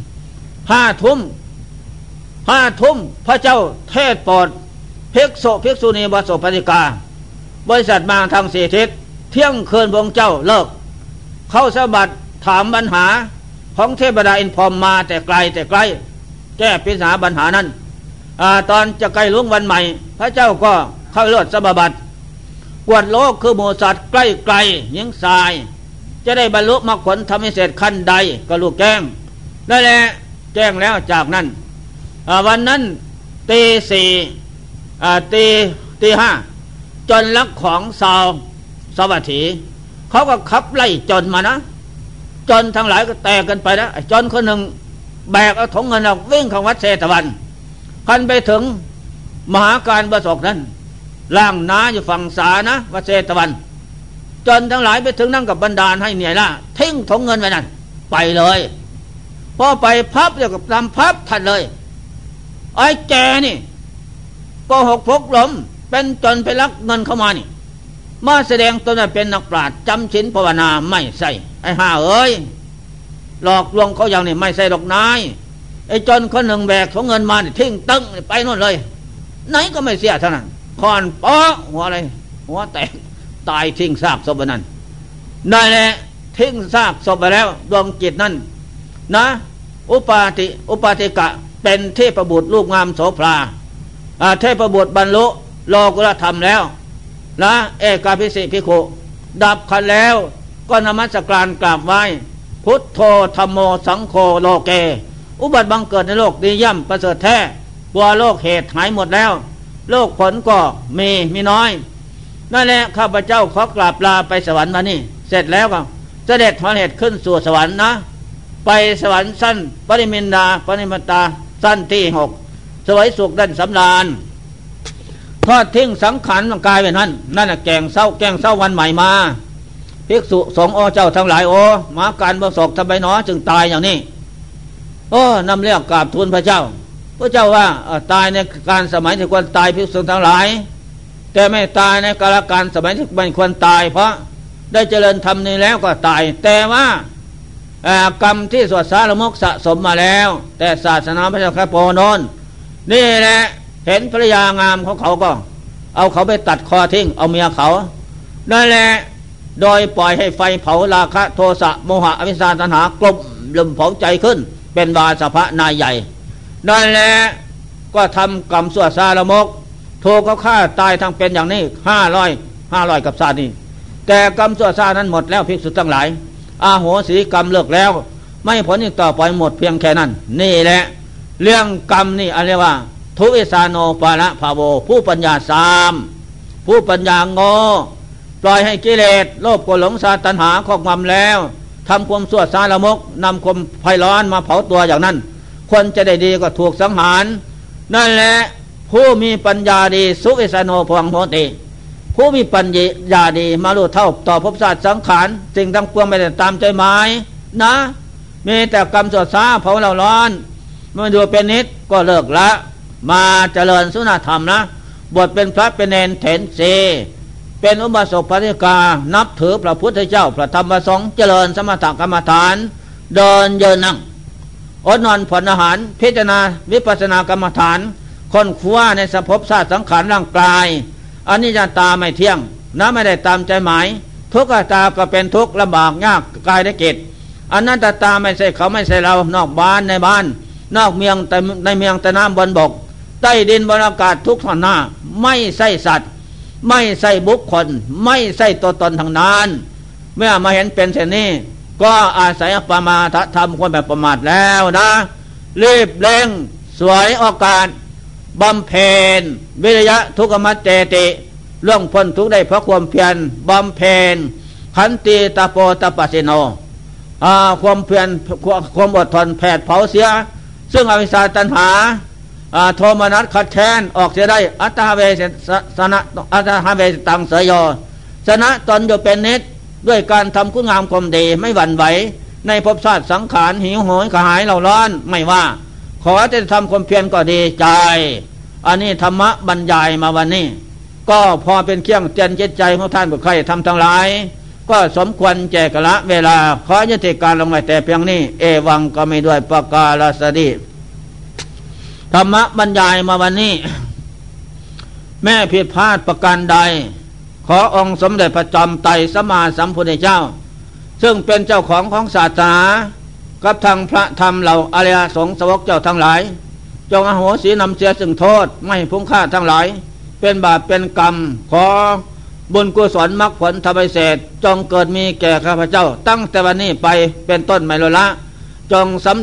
5 ทุ่มพระเจ้าเทศโปรดภิกษุณีบสปฏิกาบริษัทมาทาง4 ทิศเที่ยงคืนพระเจ้าเลิกเข้าสบัดถามปัญหาของเทพดาอินพรหมมาแต่ไกลแก้ปัญหาปัญหานั้นตอนจะใกล้ลุ่งวันใหม่พระเจ้าก็เข้าเลือดสบัดกวดโลกคือหมู่สัตว์ใกล้หญิงชายจะได้บรรลุมรรคผลทำให้เสร็จขั้นใดก็ลูกแจ้งนั่นแหละแจ้งแล้วจากนั้นวันนั้นตี 4ตี 5จนลักของสาวสวัสดีเขาก็ขับไล่จนมานะจนทั้งหลายก็แตกกันไปนะจนคนหนึ่งแบกเอาถุงเงินวิ่งเข้าวัดเชตวันคันไปถึงมหาการประสบนั้นล่างน้าอยู่ฝั่งสานะวัดเชตวันจนทั้งหลายไปถึงนั่งกับบรรดาลให้เหนื่อยละทิ้งถุงเงินไว้นั่นไปเลยพอไปพับเดี๋ยวกับทำพับทันเลยไอ้แกนี่โกหกพกลมเป็นจนไปลักเงินเข้ามานี่มาแสดงตนเป็นนักปราชญ์จำศีลภาวนาไม่ใส่ไอ้ห่าเอ้ยหลอกลวงเขาอย่างนี้ไม่ใส่ดอกนายไอ้จนคนหนึ่งแบกถุงเงินมาทิ้งตึ้งไปนู่นเลยไหนก็ไม่เสียเท่านั้นคอนป๊อกหัวอะไรหัวแตกตายทิ้งซากศพไปนั้นได้แหละทิ้งซากศพไปแล้วดวงจิตนั้นนะอุปาติกะเป็นเทพบุตรรูปงามโสภาเทพบุตรบรรลุโลกุตธรรมแล้วนะเอกาภิสิภิกขุดับขันแล้วก็นมัสการกราบไหว้พุทโธธัมโมสังโฆโลเกอุบัติบังเกิดในโลกดีย่ำประเสริฐแท้บัวโลกเหตุหายหมดแล้วโลกผลก็มีน้อยนั่นแหละข้าพเจ้าขอกราบลาไปสวรรค์มานี่เสร็จแล้วก็เสด็จพระเหตุขึ้นสู่สวรรค์นะไปสวรรค์สั้นปริมินดาปริมตาสั้นที่6สวยสุขดันสำราญทอดทิ้งสังขารร่างกายไว้นั่นแกงเศร้าวันใหม่มาภิกษุสงฆ์เจ้าทั้งหลายมาการประสบทำไมหนอจึงตายอย่างนี้นำเรียกกราบทูลพระเจ้าว่าตายในการสมัยที่ควรตายภิกษุทั้งหลายแต่ไม่ตายในกาลการสมัยที่ไม่ควรตายเพราะได้เจริญธรรมนี้แล้วก็ตายแต่ว่ากรรมที่สวดสารมกสะสมมาแล้วแต่ศาสนาพระเจ้าข้าพเจ้านี่แหละเห็นภรรยางามของเขาก็เอาเขาไปตัดคอทิ้งเอาเมียเขานั่นแหละโดยปล่อยให้ไฟเผาราคะโทสะโมหะอวิชชาตัณหากลบลุมเผาใจขึ้นเป็นวาสภะนายใหญ่นั่นแหละก็ทำกรรมสั่วซาละมกถูกเขาฆ่าตายทั้งเป็นอย่างนี้500กับชาตินี้แต่กรรมสั่วซานั้นหมดแล้วภิกษุทั้งหลายอาโหสิกรรมเลิกแล้วไม่ผลอีกต่อไปหมดเพียงแค่นั้นนี่แหละเรื่องกรรมนี่อะไรว่าทุวิสาโนปาระภาโวผู้ปัญญาผู้ปัญญาโง่ปล่อยให้กิเลสโลภโกรธหลงตัณหาครอบงำแล้วทำความสั่วซาละมกนำความไฟร้อนมาเผาตัวอย่างนั้นคนจะได้ดีก็ถูกสังหารนั่นแหละผู้มีปัญญาดีสุวิสาโนพวังโหติผู้มีปัญญาดีมารู้เท่าต่อภพชาติสังขารสิ่งทั้งปวงไม่ได้ตามใจหมายนะมีแต่กรรมสั่วซาเผาเราร้อนมันดูเป็นนิดก็เลิกละมาเจริญสุนธรรมนะบวชเป็นพระเป็นเณรเถรสีเป็นอุบาสกภริกานับถือพระพุทธเจ้าพระธรรมพระสงฆ์เจริญสมถกรรมฐานเดินเยินนั่งอดนอนผ่อนอาหารพิจารณาวิปัสสนากรรมฐานค้นคว้าในสภพชาติสังขารร่างกายอันนี้จะตาไม่เที่ยงนะไม่ได้ตามใจหมายทุกขตาก็เป็นทุกข์ลำบากยากกายและจิตอันนั้นตาไม่ใช่เขาไม่ใช่เรานอกบ้านในบ้านนอกเมืองแต่ในเมืองแต่น้ำบนบกใต้ดินบนอากาศทุกท่อนหน้าไม่ใช่สัตว์ไม่ใช่บุคคลไม่ใช่ตัวตนทางนั้นเมื่อมาเห็นเป็นเช่นนี้ก็อาศัยปมาทธรรมความแบบประมาทแล้วนะรีบเร่งสวยโอกาสบำเพ็ญวิริยะทุกขมัจเจติเรื่องพ้นทุกข์ได้เพราะความเพียรบำเพ็ญขันติตาโปตปัสสิโนความเพียรความอดทนแผดเผาเสียซึ่งอวิชชาตัณหาโทมนัสขัดแค้นออกเสียได้อัตถเวสนะอัตถเวสตังเสยโยชนะตนอยู่เป็นนิดด้วยการทำคุณงามความดีไม่หวั่นไหวในภพชาติสังขารหิวโหยกระหายเราร้อนไม่ว่าขอจะทำความเพียรก็ดีใจอันนี้ธรรมะบรรยายมาวันนี้ก็พอเป็นเครื่องเตือนจิตใจของท่านผู้ใครทำทั้งหลายก็สมควรแจกละเวลาขอยุติการลงไว้แต่เพียงนี้เอวังก็ไม่ด้วยประกาศดีธรรมะบรรยายมาวันนี้แม่ผิดพลาดประการใดขอองค์สมเด็จพระจอมไตรสัมมาสัมพุทธเจ้าซึ่งเป็นเจ้าของศาสนากับทางพระธรรมเหล่าอริยสงฆ์สาวกเจ้าทั้งหลายจงอโหสินำเสียซึ่งโทษไม่พุ่งค่าทั้งหลายเป็นบาปเป็นกรรมขอบุญกุศลมรรคผลธรรมเศษจงเกิดมีแก่ข้าพเจ้าตั้งแต่วันนี้ไปเป็นต้นไปเลยละจงสำ